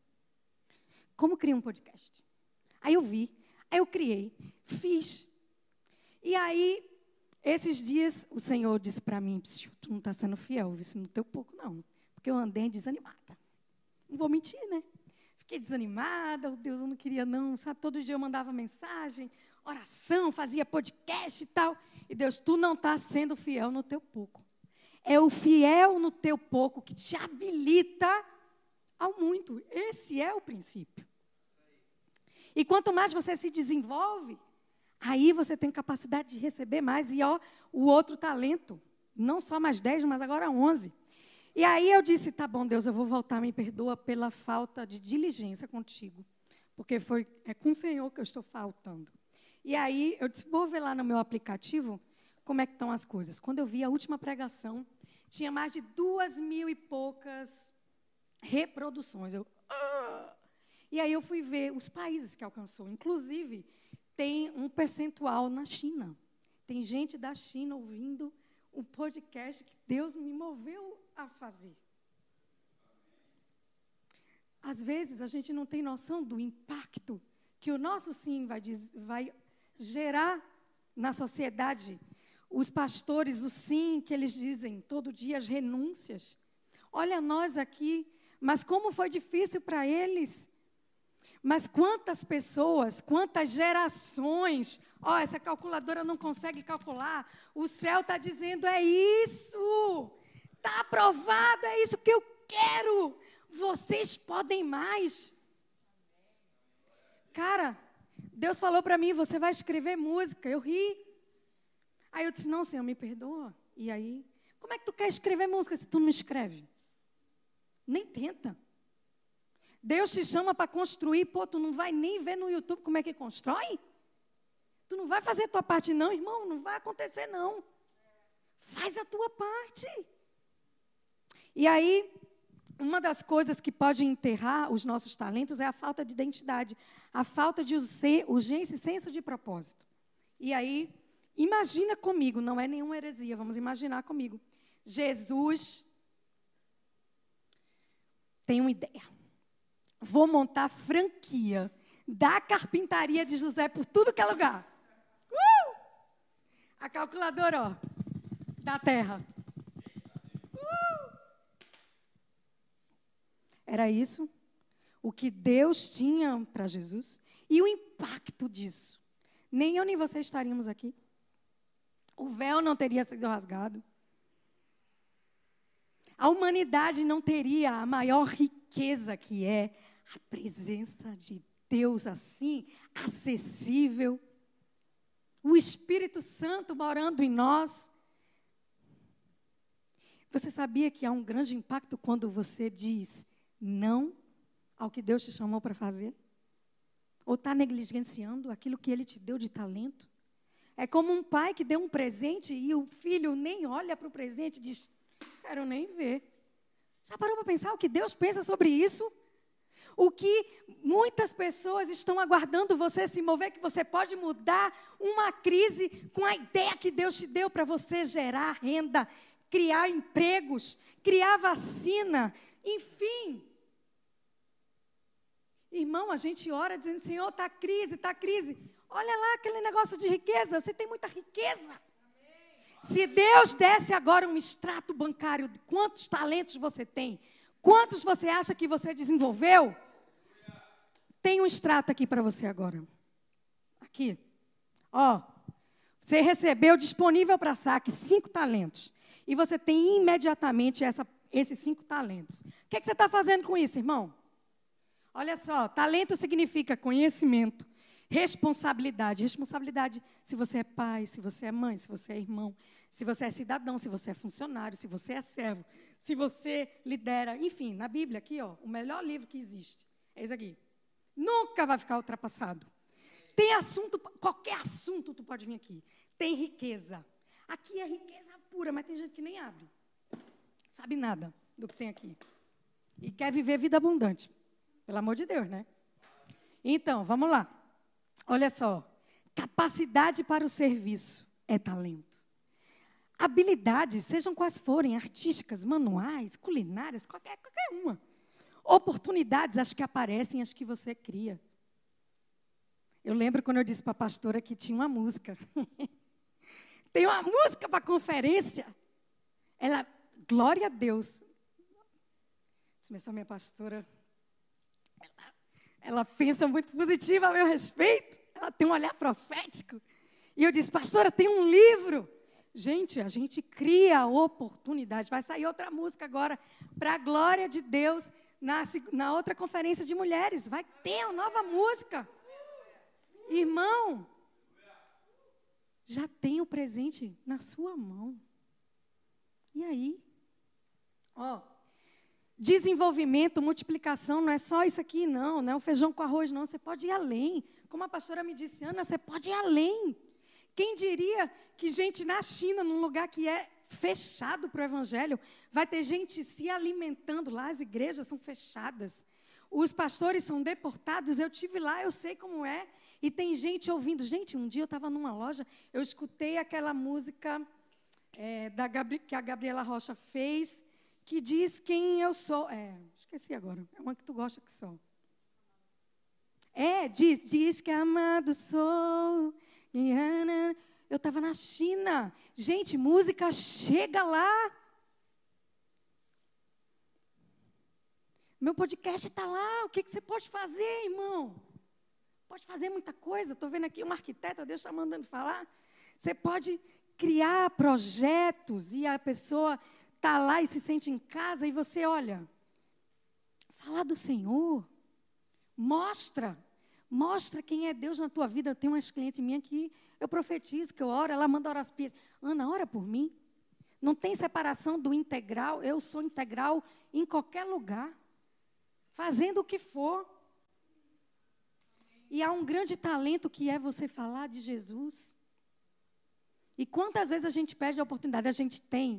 Como criar um podcast? Aí eu vi, aí eu criei, fiz. E aí, esses dias, o Senhor disse para mim, tu não está sendo fiel, vice no teu pouco, não. Porque eu andei desanimada. Não vou mentir, né? Fiquei desanimada, oh, Deus, eu não queria não, sabe? Todo dia eu mandava mensagem, oração, fazia podcast e tal. E Deus, tu não está sendo fiel no teu pouco. É o fiel no teu pouco que te habilita ao muito. Esse é o princípio. E quanto mais você se desenvolve, aí você tem capacidade de receber mais. E, ó, o outro talento, não só mais 10, mas agora 11. E aí eu disse, tá bom, Deus, eu vou voltar, me perdoa pela falta de diligência contigo. Porque é com o Senhor que eu estou faltando. E aí eu disse, vou ver lá no meu aplicativo como é que estão as coisas. Quando eu vi a última pregação, tinha mais de 2.000 e poucas reproduções. E aí eu fui ver os países que alcançou. Inclusive, tem um percentual na China. Tem gente da China ouvindo um podcast que Deus me moveu a fazer. Às vezes, a gente não tem noção do impacto que o nosso sim vai gerar na sociedade. Os pastores, o sim que eles dizem todo dia, as renúncias. Olha nós aqui, mas como foi difícil para eles. Mas quantas pessoas, quantas gerações, essa calculadora não consegue calcular. O céu está dizendo, é isso, está aprovado, é isso que eu quero. Vocês podem mais. Cara, Deus falou para mim, você vai escrever música. Eu ri. Aí eu disse, não, Senhor, me perdoa. E aí, como é que tu quer escrever música se tu não escreve? Nem tenta. Deus te chama para construir, pô, tu não vai nem ver no YouTube como é que constrói? Tu não vai fazer a tua parte não, irmão, não vai acontecer não. Faz a tua parte. E aí, uma das coisas que pode enterrar os nossos talentos é a falta de identidade, a falta de urgência e senso de propósito. E aí, imagina comigo, não é nenhuma heresia, vamos imaginar comigo. Jesus tem uma ideia. Vou montar franquia da carpintaria de José por tudo que é lugar. A calculadora, ó, da terra. Era isso o que Deus tinha para Jesus e o impacto disso. Nem eu nem você estaríamos aqui. O véu não teria sido rasgado. A humanidade não teria a maior riqueza que é a presença de Deus assim, acessível. O Espírito Santo morando em nós. Você sabia que há um grande impacto quando você diz não ao que Deus te chamou para fazer? Ou está negligenciando aquilo que Ele te deu de talento? É como um pai que deu um presente e o filho nem olha para o presente e diz, quero nem ver. Já parou para pensar o que Deus pensa sobre isso? O que muitas pessoas estão aguardando você se mover, que você pode mudar uma crise com a ideia que Deus te deu para você gerar renda, criar empregos, criar vacina, enfim. Irmão, a gente ora dizendo, Senhor, está crise, está crise. Olha lá aquele negócio de riqueza, você tem muita riqueza. Se Deus desse agora um extrato bancário de quantos talentos você tem, quantos você acha que você desenvolveu, tem um extrato aqui para você agora. Aqui. Ó, você recebeu disponível para saque 5 talentos. E você tem imediatamente esses 5 talentos. O que você está fazendo com isso, irmão? Olha só, talento significa conhecimento, responsabilidade. Responsabilidade se você é pai, se você é mãe, se você é irmão, se você é cidadão, se você é funcionário, se você é servo, se você lidera. Enfim, na Bíblia aqui, ó, o melhor livro que existe é esse aqui. Nunca vai ficar ultrapassado. Tem assunto, qualquer assunto tu pode vir aqui. Tem riqueza. Aqui é riqueza pura, mas tem gente que nem abre. Sabe nada do que tem aqui. E quer viver vida abundante. Pelo amor de Deus, né? Então, vamos lá. Olha só. Capacidade para o serviço é talento. Habilidades, sejam quais forem, artísticas, manuais, culinárias, qualquer uma. Oportunidades, as que aparecem, as que você cria. Eu lembro quando eu disse para a pastora que tinha uma música. Tem uma música para a conferência. Ela, glória a Deus. Essa minha pastora, ela pensa muito positivo a meu respeito. Ela tem um olhar profético. E eu disse, pastora, tem um livro. Gente, a gente cria oportunidade. Vai sair outra música agora para a glória de Deus na outra conferência de mulheres. Vai ter uma nova música. Irmão, já tem o presente na sua mão. E aí? Ó, desenvolvimento, multiplicação, não é só isso aqui, não é o feijão com arroz, não. Você pode ir além. Como a pastora me disse, Ana, você pode ir além. Quem diria que gente na China, num lugar que é fechado para o evangelho, vai ter gente se alimentando lá, as igrejas são fechadas, os pastores são deportados, eu estive lá, eu sei como é, e tem gente ouvindo. Gente, um dia eu estava numa loja, eu escutei aquela música que a Gabriela Rocha fez, que diz quem eu sou. Esqueci agora, é uma que tu gosta que sou. Diz que amado sou. Eu estava na China. Gente, música chega lá. Meu podcast está lá. O que você pode fazer, irmão? Pode fazer muita coisa. Estou vendo aqui uma arquiteta, Deus está mandando falar. Você pode criar projetos e a pessoa está lá e se sente em casa e você, olha, falar do Senhor. Mostra quem é Deus na tua vida. Eu tenho umas clientes minhas que eu profetizo, que eu oro, ela manda orar as pias. Ana, ora por mim. Não tem separação do integral. Eu sou integral em qualquer lugar, fazendo o que for. E há um grande talento que é você falar de Jesus. E quantas vezes a gente perde a oportunidade, a gente tem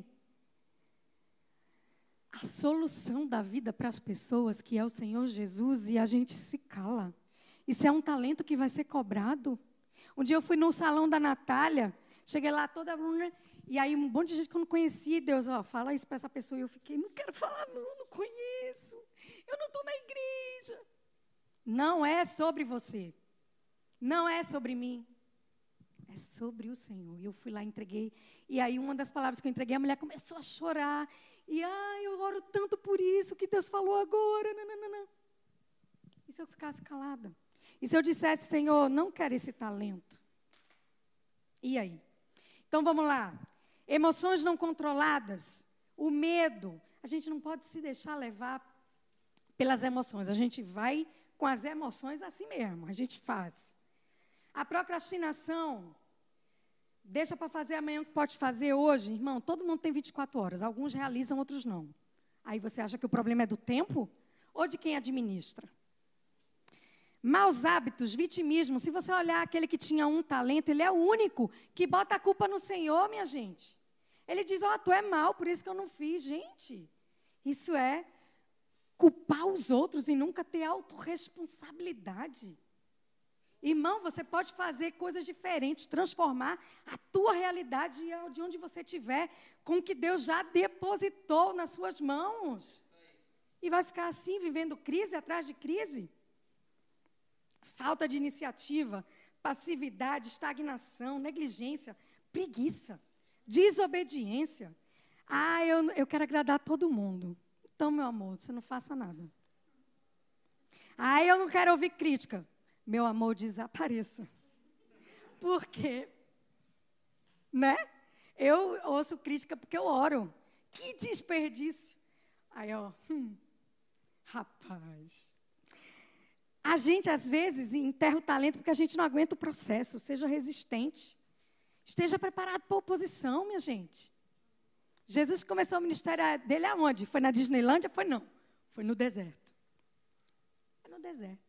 a solução da vida para as pessoas, que é o Senhor Jesus, e a gente se cala. Isso é um talento que vai ser cobrado. Um dia eu fui no salão da Natália, cheguei lá toda... E aí um monte de gente que eu não conhecia, e Deus, fala isso para essa pessoa. E eu fiquei, não quero falar não conheço. Eu não estou na igreja. Não é sobre você. Não é sobre mim. É sobre o Senhor. E eu fui lá e entreguei. E aí uma das palavras que eu entreguei, a mulher começou a chorar. E, eu oro tanto por isso que Deus falou agora. Não. E se eu ficasse calada? E se eu dissesse, Senhor, não quero esse talento? E aí? Então, vamos lá. Emoções não controladas, o medo. A gente não pode se deixar levar pelas emoções. A gente vai com as emoções assim mesmo. A gente faz. A procrastinação. Deixa para fazer amanhã o que pode fazer hoje. Irmão, todo mundo tem 24 horas. Alguns realizam, outros não. Aí você acha que o problema é do tempo? Ou de quem administra? Maus hábitos, vitimismo. Se você olhar aquele que tinha um talento, ele é o único que bota a culpa no Senhor, minha gente. Ele diz, tu é mau, por isso que eu não fiz. Gente, isso é culpar os outros e nunca ter autorresponsabilidade. Irmão, você pode fazer coisas diferentes, transformar a tua realidade de onde você estiver, com o que Deus já depositou nas suas mãos. E vai ficar assim, vivendo crise atrás de crise? Falta de iniciativa, passividade, estagnação, negligência, preguiça, desobediência. Eu quero agradar todo mundo. Então, meu amor, você não faça nada. Eu não quero ouvir crítica. Meu amor, desapareça. Por quê? Né? Eu ouço crítica porque eu oro. Que desperdício. Rapaz. A gente, às vezes, enterra o talento porque a gente não aguenta o processo. Seja resistente. Esteja preparado para a oposição, minha gente. Jesus começou o ministério dele aonde? Foi na Disneylândia? Foi não. Foi no deserto. Foi no deserto.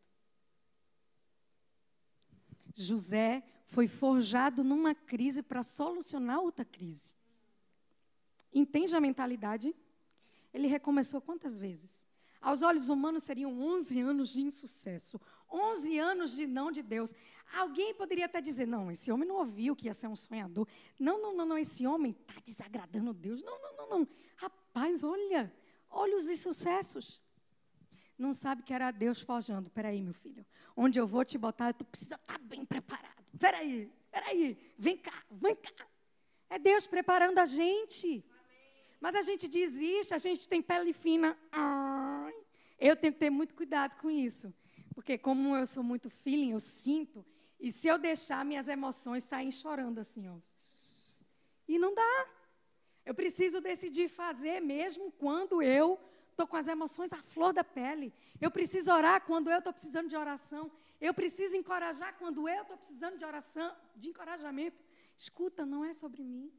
José foi forjado numa crise para solucionar outra crise. Entende a mentalidade? Ele recomeçou quantas vezes? Aos olhos humanos seriam 11 anos de insucesso, 11 anos de não de Deus. Alguém poderia até dizer, não, esse homem não ouviu que ia ser um sonhador. Não, esse homem está desagradando Deus. Não. Rapaz, olha os insucessos. Não sabe que era Deus forjando. Espera aí, meu filho, onde eu vou te botar, tu precisa estar bem preparado. Espera aí, vem cá. É Deus preparando a gente. Mas a gente desiste, a gente tem pele fina. Eu tenho que ter muito cuidado com isso. Porque como eu sou muito feeling, eu sinto. E se eu deixar minhas emoções saírem chorando assim, E não dá. Eu preciso decidir fazer mesmo quando eu estou com as emoções à flor da pele. Eu preciso orar quando eu estou precisando de oração. Eu preciso encorajar quando eu estou precisando de oração, de encorajamento. Escuta, não é sobre mim.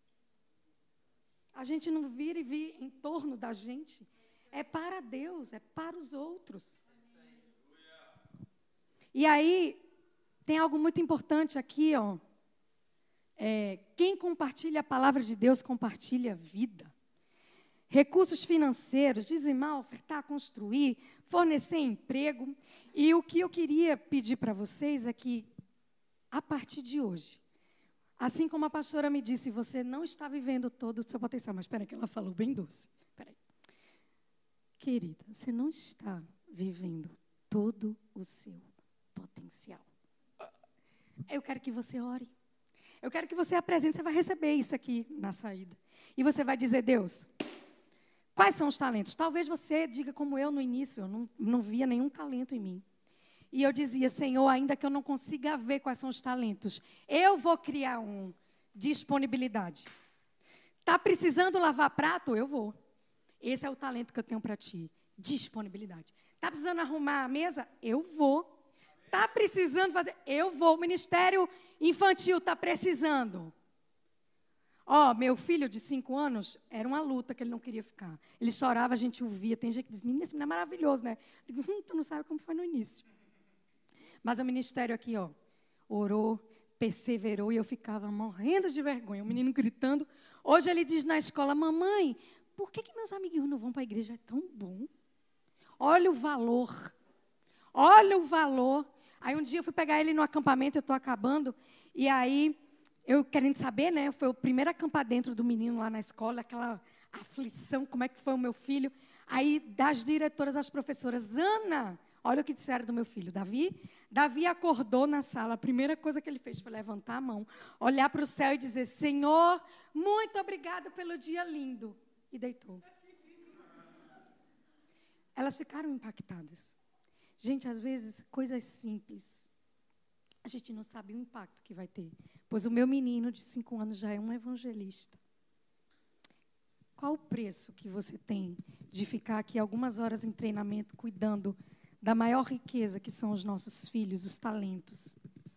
A gente não vira e vira em torno da gente. É para Deus, é para os outros. E aí, tem algo muito importante aqui, quem compartilha a palavra de Deus, compartilha a vida. Recursos financeiros, dizimar, ofertar, construir, fornecer emprego. E o que eu queria pedir para vocês é que, a partir de hoje, assim como a pastora me disse, você não está vivendo todo o seu potencial. Mas espera que ela falou bem doce. Espera aí. Querida, você não está vivendo todo o seu potencial. Eu quero que você ore. Eu quero que você apresente. Você vai receber isso aqui na saída. E você vai dizer, Deus, quais são os talentos? Talvez você diga como eu no início, eu não via nenhum talento em mim. E eu dizia, Senhor, ainda que eu não consiga ver quais são os talentos, eu vou criar disponibilidade. Está precisando lavar prato? Eu vou. Esse é o talento que eu tenho para ti. Disponibilidade. Está precisando arrumar a mesa? Eu vou. Está precisando fazer? Eu vou. O ministério infantil está precisando. Meu filho de 5 anos, era uma luta que ele não queria ficar. Ele chorava, a gente ouvia. Tem gente que diz, menina, esse menino é maravilhoso, né? Eu digo, tu não sabe como foi no início. Mas o ministério aqui, orou, perseverou, e eu ficava morrendo de vergonha. O menino gritando. Hoje ele diz na escola, mamãe, por que meus amiguinhos não vão para a igreja? É tão bom. Olha o valor. Olha o valor. Aí um dia eu fui pegar ele no acampamento, eu estou acabando, e aí... eu querendo saber, né? Foi o primeiro acampar dentro do menino lá na escola, aquela aflição, como é que foi o meu filho. Aí, das diretoras, as professoras, Ana, olha o que disseram do meu filho, Davi. Davi acordou na sala, a primeira coisa que ele fez foi levantar a mão, olhar para o céu e dizer, Senhor, muito obrigada pelo dia lindo. E deitou. Elas ficaram impactadas. Gente, às vezes, coisas simples, a gente não sabe o impacto que vai ter. Pois o meu menino de 5 anos já é um evangelista. Qual o preço que você tem de ficar aqui algumas horas em treinamento, cuidando da maior riqueza que são os nossos filhos, os talentos?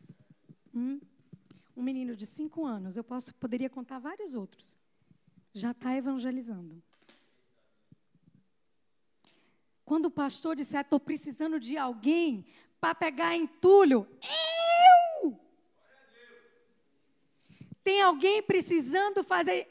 Um menino de 5 anos, eu poderia contar vários outros, já está evangelizando. Quando o pastor disser, estou precisando de alguém para pegar entulho, tem alguém precisando fazer?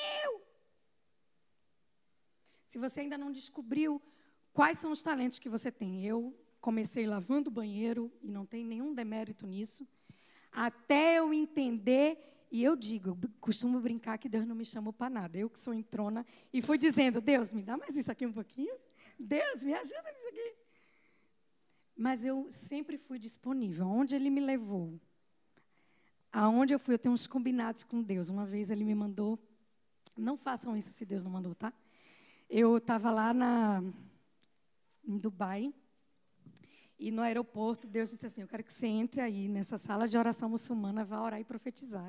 Se você ainda não descobriu quais são os talentos que você tem. Eu comecei lavando banheiro, e não tem nenhum demérito nisso, até eu entender, e eu costumo brincar que Deus não me chamou para nada. Eu que sou entrona, e fui dizendo, Deus, me dá mais isso aqui um pouquinho. Deus, me ajuda nisso aqui. Mas eu sempre fui disponível. Onde Ele me levou, aonde eu fui, eu tenho uns combinados com Deus. Uma vez Ele me mandou, não façam isso se Deus não mandou, tá? Eu estava lá em Dubai, e no aeroporto, Deus disse assim, eu quero que você entre aí nessa sala de oração muçulmana, vá orar e profetizar.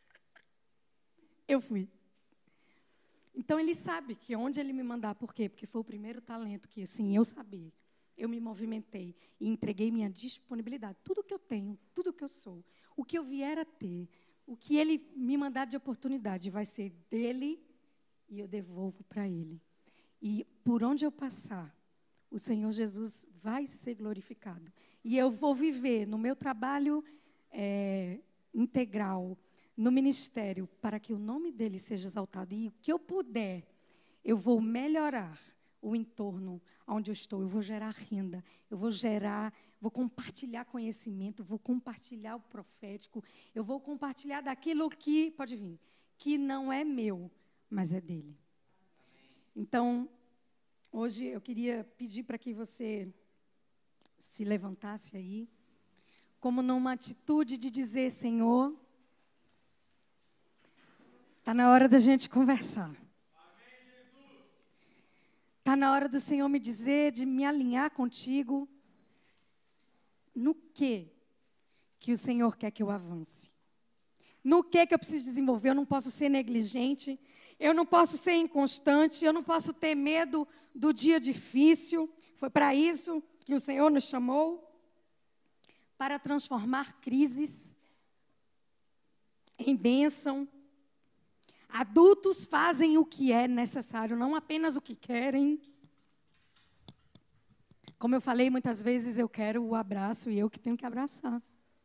Eu fui. Então, Ele sabe que onde Ele me mandar, por quê? Porque foi o primeiro talento que, assim, eu sabia. Eu me movimentei e entreguei minha disponibilidade. Tudo que eu tenho, tudo que eu sou, o que eu vier a ter, o que Ele me mandar de oportunidade vai ser dEle e eu devolvo para Ele. E por onde eu passar, o Senhor Jesus vai ser glorificado. E eu vou viver no meu trabalho integral, no ministério, para que o nome dEle seja exaltado. E o que eu puder, eu vou melhorar o entorno onde eu estou. Eu vou gerar renda, vou compartilhar conhecimento, vou compartilhar o profético, eu vou compartilhar daquilo que, pode vir, que não é meu, mas é dEle. Então, hoje eu queria pedir para que você se levantasse aí, como numa atitude de dizer, Senhor, está na hora da gente conversar. Está na hora do Senhor me dizer, de me alinhar contigo, no que o Senhor quer que eu avance. No que eu preciso desenvolver, eu não posso ser negligente, eu não posso ser inconstante, eu não posso ter medo do dia difícil. Foi para isso que o Senhor nos chamou, para transformar crises em bênção. Adultos fazem o que é necessário, não apenas o que querem. Como eu falei, muitas vezes eu quero o abraço e eu que tenho que abraçar.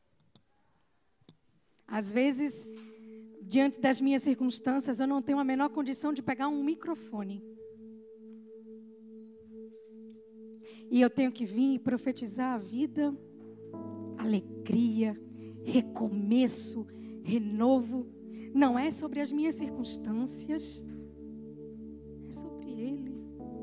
Às vezes, diante das minhas circunstâncias, eu não tenho a menor condição de pegar um microfone. E eu tenho que vir e profetizar a vida, alegria, recomeço, renovo. Não é sobre as minhas circunstâncias, é sobre Ele.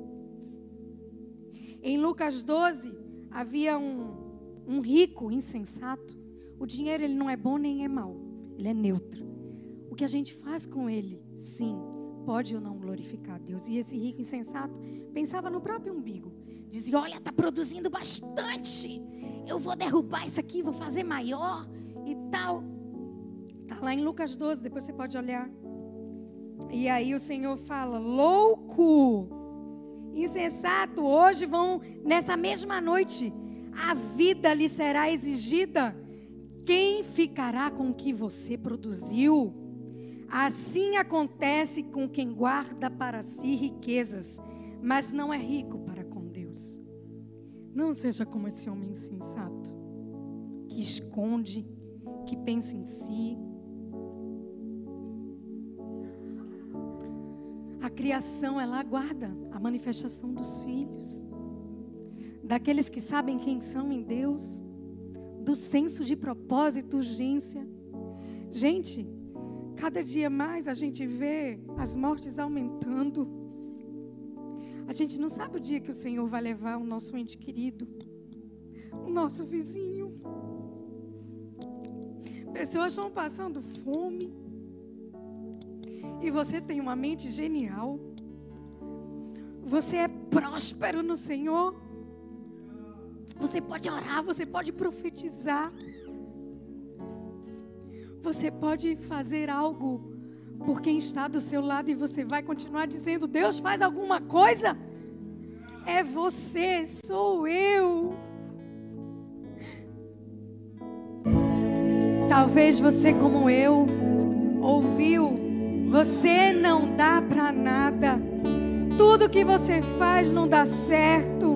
Em Lucas 12, havia um rico insensato. O dinheiro, ele não é bom nem é mau, ele é neutro. O que a gente faz com ele, sim, pode ou não glorificar a Deus. E esse rico insensato pensava no próprio umbigo. Dizia, olha, está produzindo bastante, eu vou derrubar isso aqui, vou fazer maior e tal. Está lá em Lucas 12, depois você pode olhar. E aí o Senhor fala, louco, insensato, hoje nessa mesma noite, a vida lhe será exigida. Quem ficará com o que você produziu? Assim acontece com quem guarda para si riquezas, mas não é rico para com Deus. Não seja como esse homem insensato, que esconde, que pensa em si. A criação, ela aguarda a manifestação dos filhos, daqueles que sabem quem são em Deus, do senso de propósito, urgência. Gente, cada dia mais a gente vê as mortes aumentando. A gente não sabe o dia que o Senhor vai levar o nosso ente querido, o nosso vizinho. Pessoas estão passando fome. E você tem uma mente genial. Você é próspero no Senhor. Você pode orar, você pode profetizar. Você pode fazer algo por quem está do seu lado e você vai continuar dizendo: Deus, faz alguma coisa. É você, sou eu. Talvez você, como eu, ouviu: você não dá para nada. Tudo que você faz não dá certo.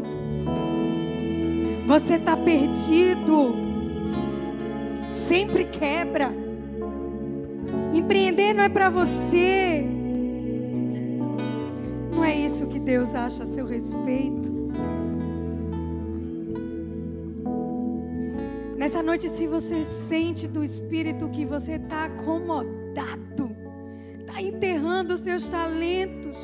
Você está perdido. Sempre quebra. Empreender não é para você. Não é isso que Deus acha a seu respeito. Nessa noite, se você sente do Espírito que você está acomodado, está enterrando os seus talentos,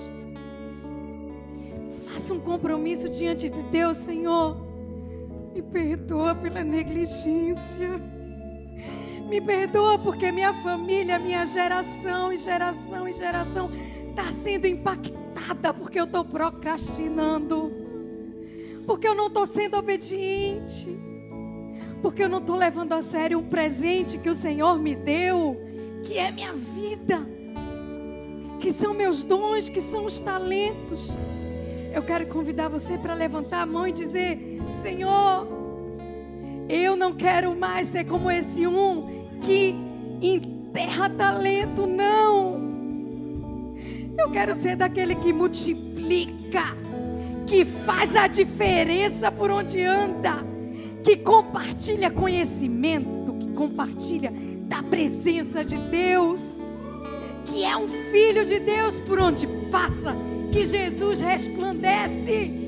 faça um compromisso diante de Deus. Senhor, me perdoa pela negligência. Me perdoa porque minha família, minha geração e geração está sendo impactada porque eu estou procrastinando, porque eu não estou sendo obediente, porque eu não estou levando a sério um presente que o Senhor me deu, que é minha vida, que são meus dons, que são os talentos. Eu quero convidar você para levantar a mão e dizer: Senhor, eu não quero mais ser como esse que enterra talento, não. Eu quero ser daquele que multiplica, que faz a diferença por onde anda, que compartilha conhecimento, que compartilha da presença de Deus, que é um filho de Deus por onde passa, que Jesus resplandece.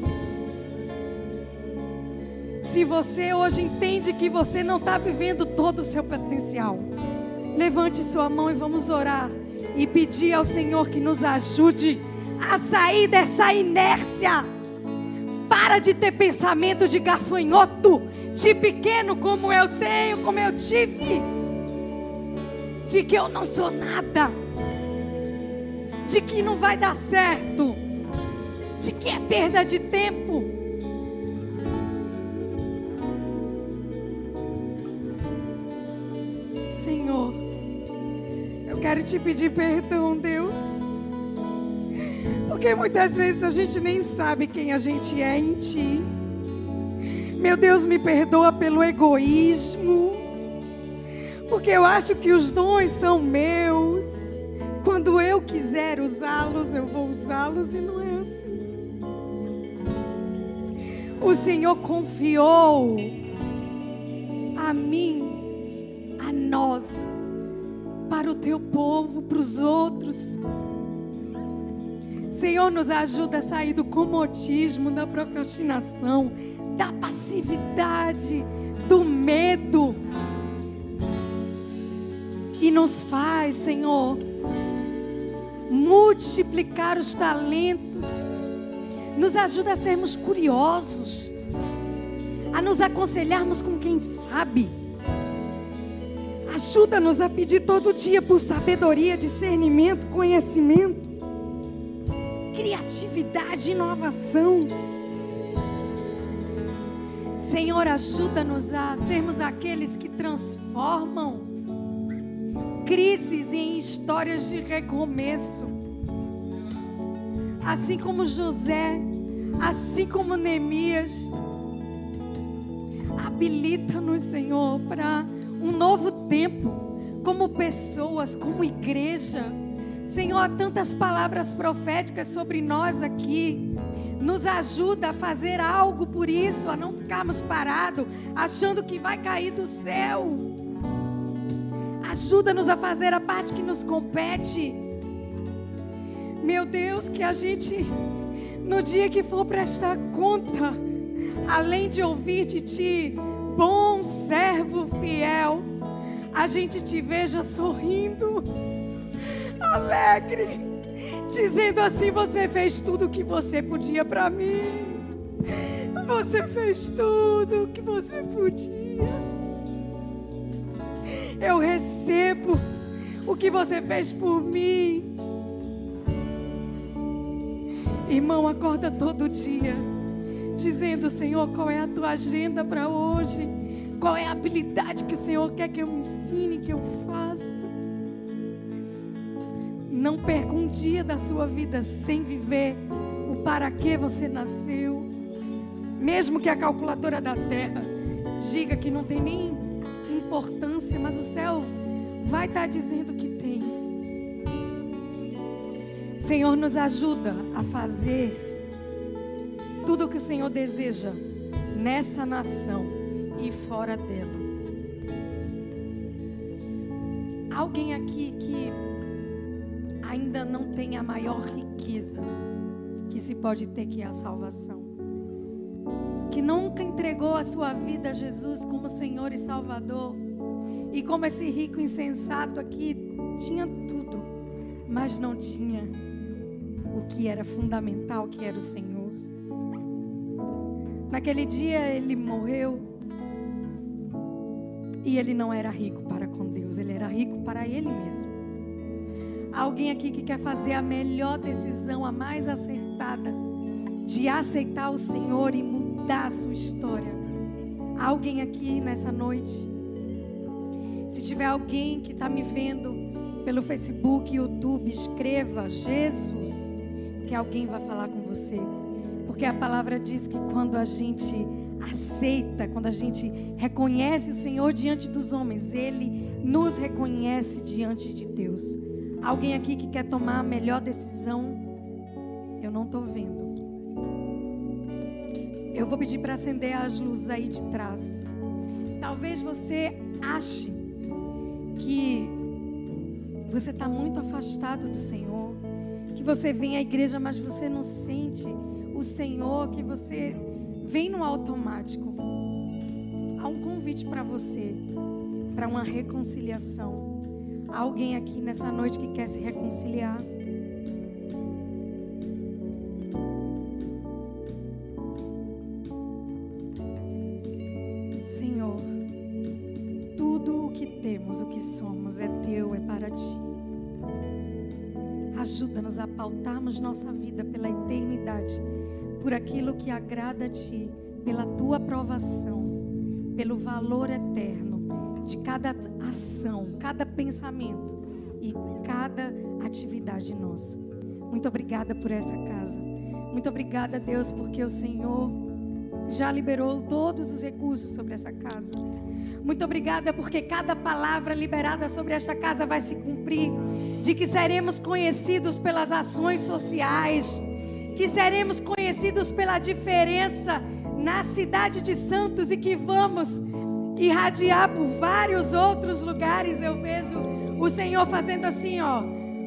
Se você hoje entende que você não está vivendo todo o seu potencial, levante sua mão e vamos orar e pedir ao Senhor que nos ajude a sair dessa inércia. Para de ter pensamento de gafanhoto, de pequeno como eu tenho, como eu tive, de que eu não sou nada, de que não vai dar certo, de que é perda de tempo. Senhor, eu quero te pedir perdão, Deus, porque muitas vezes a gente nem sabe quem a gente é em Ti. Meu Deus, me perdoa pelo egoísmo, porque eu acho que os dons são meus. Quando eu quiser usá-los, eu vou usá-los, e não é assim. O Senhor confiou a mim, a nós, para o Teu povo, para os outros. Senhor, nos ajuda a sair do comodismo, da procrastinação, da passividade, do medo. E nos faz, Senhor, multiplicar os talentos. Nos ajuda a sermos curiosos, a nos aconselharmos com quem sabe. Ajuda-nos a pedir todo dia por sabedoria, discernimento, conhecimento, criatividade, inovação. Senhor, ajuda-nos a sermos aqueles que transformam crises em histórias de recomeço. Assim como José, assim como Neemias. Habilita-nos, Senhor, para um novo tempo, como pessoas, como igreja. Senhor, há tantas palavras proféticas sobre nós aqui. Nos ajuda a fazer algo por isso, a não ficarmos parados, achando que vai cair do céu. Ajuda-nos a fazer a parte que nos compete. Meu Deus, que a gente, no dia que for prestar conta, além de ouvir de Ti, bom servo fiel, a gente te veja sorrindo, alegre, dizendo assim: você fez tudo o que você podia para mim. Você fez tudo o que você podia. Eu recebo o que você fez por mim. Irmão, acorda todo dia dizendo: Senhor, qual é a tua agenda para hoje? Qual é a habilidade que o Senhor quer que eu me ensine, que eu faça? Não perca um dia da sua vida sem viver o para que você nasceu. Mesmo que a calculadora da terra diga que não tem nem importância, mas o céu vai estar dizendo que tem. Senhor, nos ajuda a fazer tudo o que o Senhor deseja nessa nação e fora dela. Alguém aqui que ainda não tem a maior riqueza que se pode ter, que é a salvação, que nunca entregou a sua vida a Jesus como Senhor e Salvador, e como esse rico insensato aqui tinha tudo, mas não tinha o que era fundamental, que era o Senhor. Naquele dia ele morreu e ele não era rico para com Deus, ele era rico para ele mesmo. Alguém aqui que quer fazer a melhor decisão, a mais acertada, de aceitar o Senhor e mudar a sua história? Alguém aqui nessa noite? Se tiver alguém que está me vendo pelo Facebook, YouTube, escreva Jesus, que alguém vai falar com você. Porque a palavra diz que quando a gente aceita, quando a gente reconhece o Senhor diante dos homens, Ele nos reconhece diante de Deus. Alguém aqui que quer tomar a melhor decisão? Eu não estou vendo. Eu vou pedir para acender as luzes aí de trás. Talvez você ache que você está muito afastado do Senhor, que você vem à igreja, mas você não sente o Senhor, que você vem no automático. Há um convite para você, para uma reconciliação. Há alguém aqui nessa noite que quer se reconciliar? Senhor, tudo o que temos, o que somos é Teu, é para Ti. Ajuda-nos a pautarmos nossa vida pela eternidade, por aquilo que agrada a Ti, pela Tua aprovação, pelo valor eterno de cada ação, cada pensamento e cada atividade nossa. Muito obrigada por essa casa. Muito obrigada, Deus, porque o Senhor já liberou todos os recursos sobre essa casa. Muito obrigada porque cada palavra liberada sobre esta casa vai se cumprir, de que seremos conhecidos pelas ações sociais, que seremos conhecidos pela diferença na cidade de Santos e que vamos irradiar por vários outros lugares. Eu vejo o Senhor fazendo assim, ó.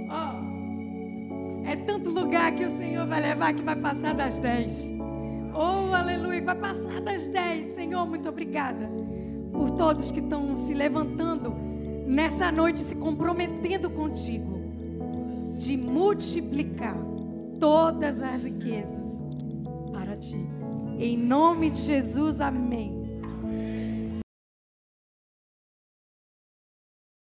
É tanto lugar que o Senhor vai levar que vai passar das 10. Oh, aleluia, vai passar das 10. Senhor, muito obrigada por todos que estão se levantando nessa noite, se comprometendo contigo, de multiplicar todas as riquezas para Ti. Em nome de Jesus, amém.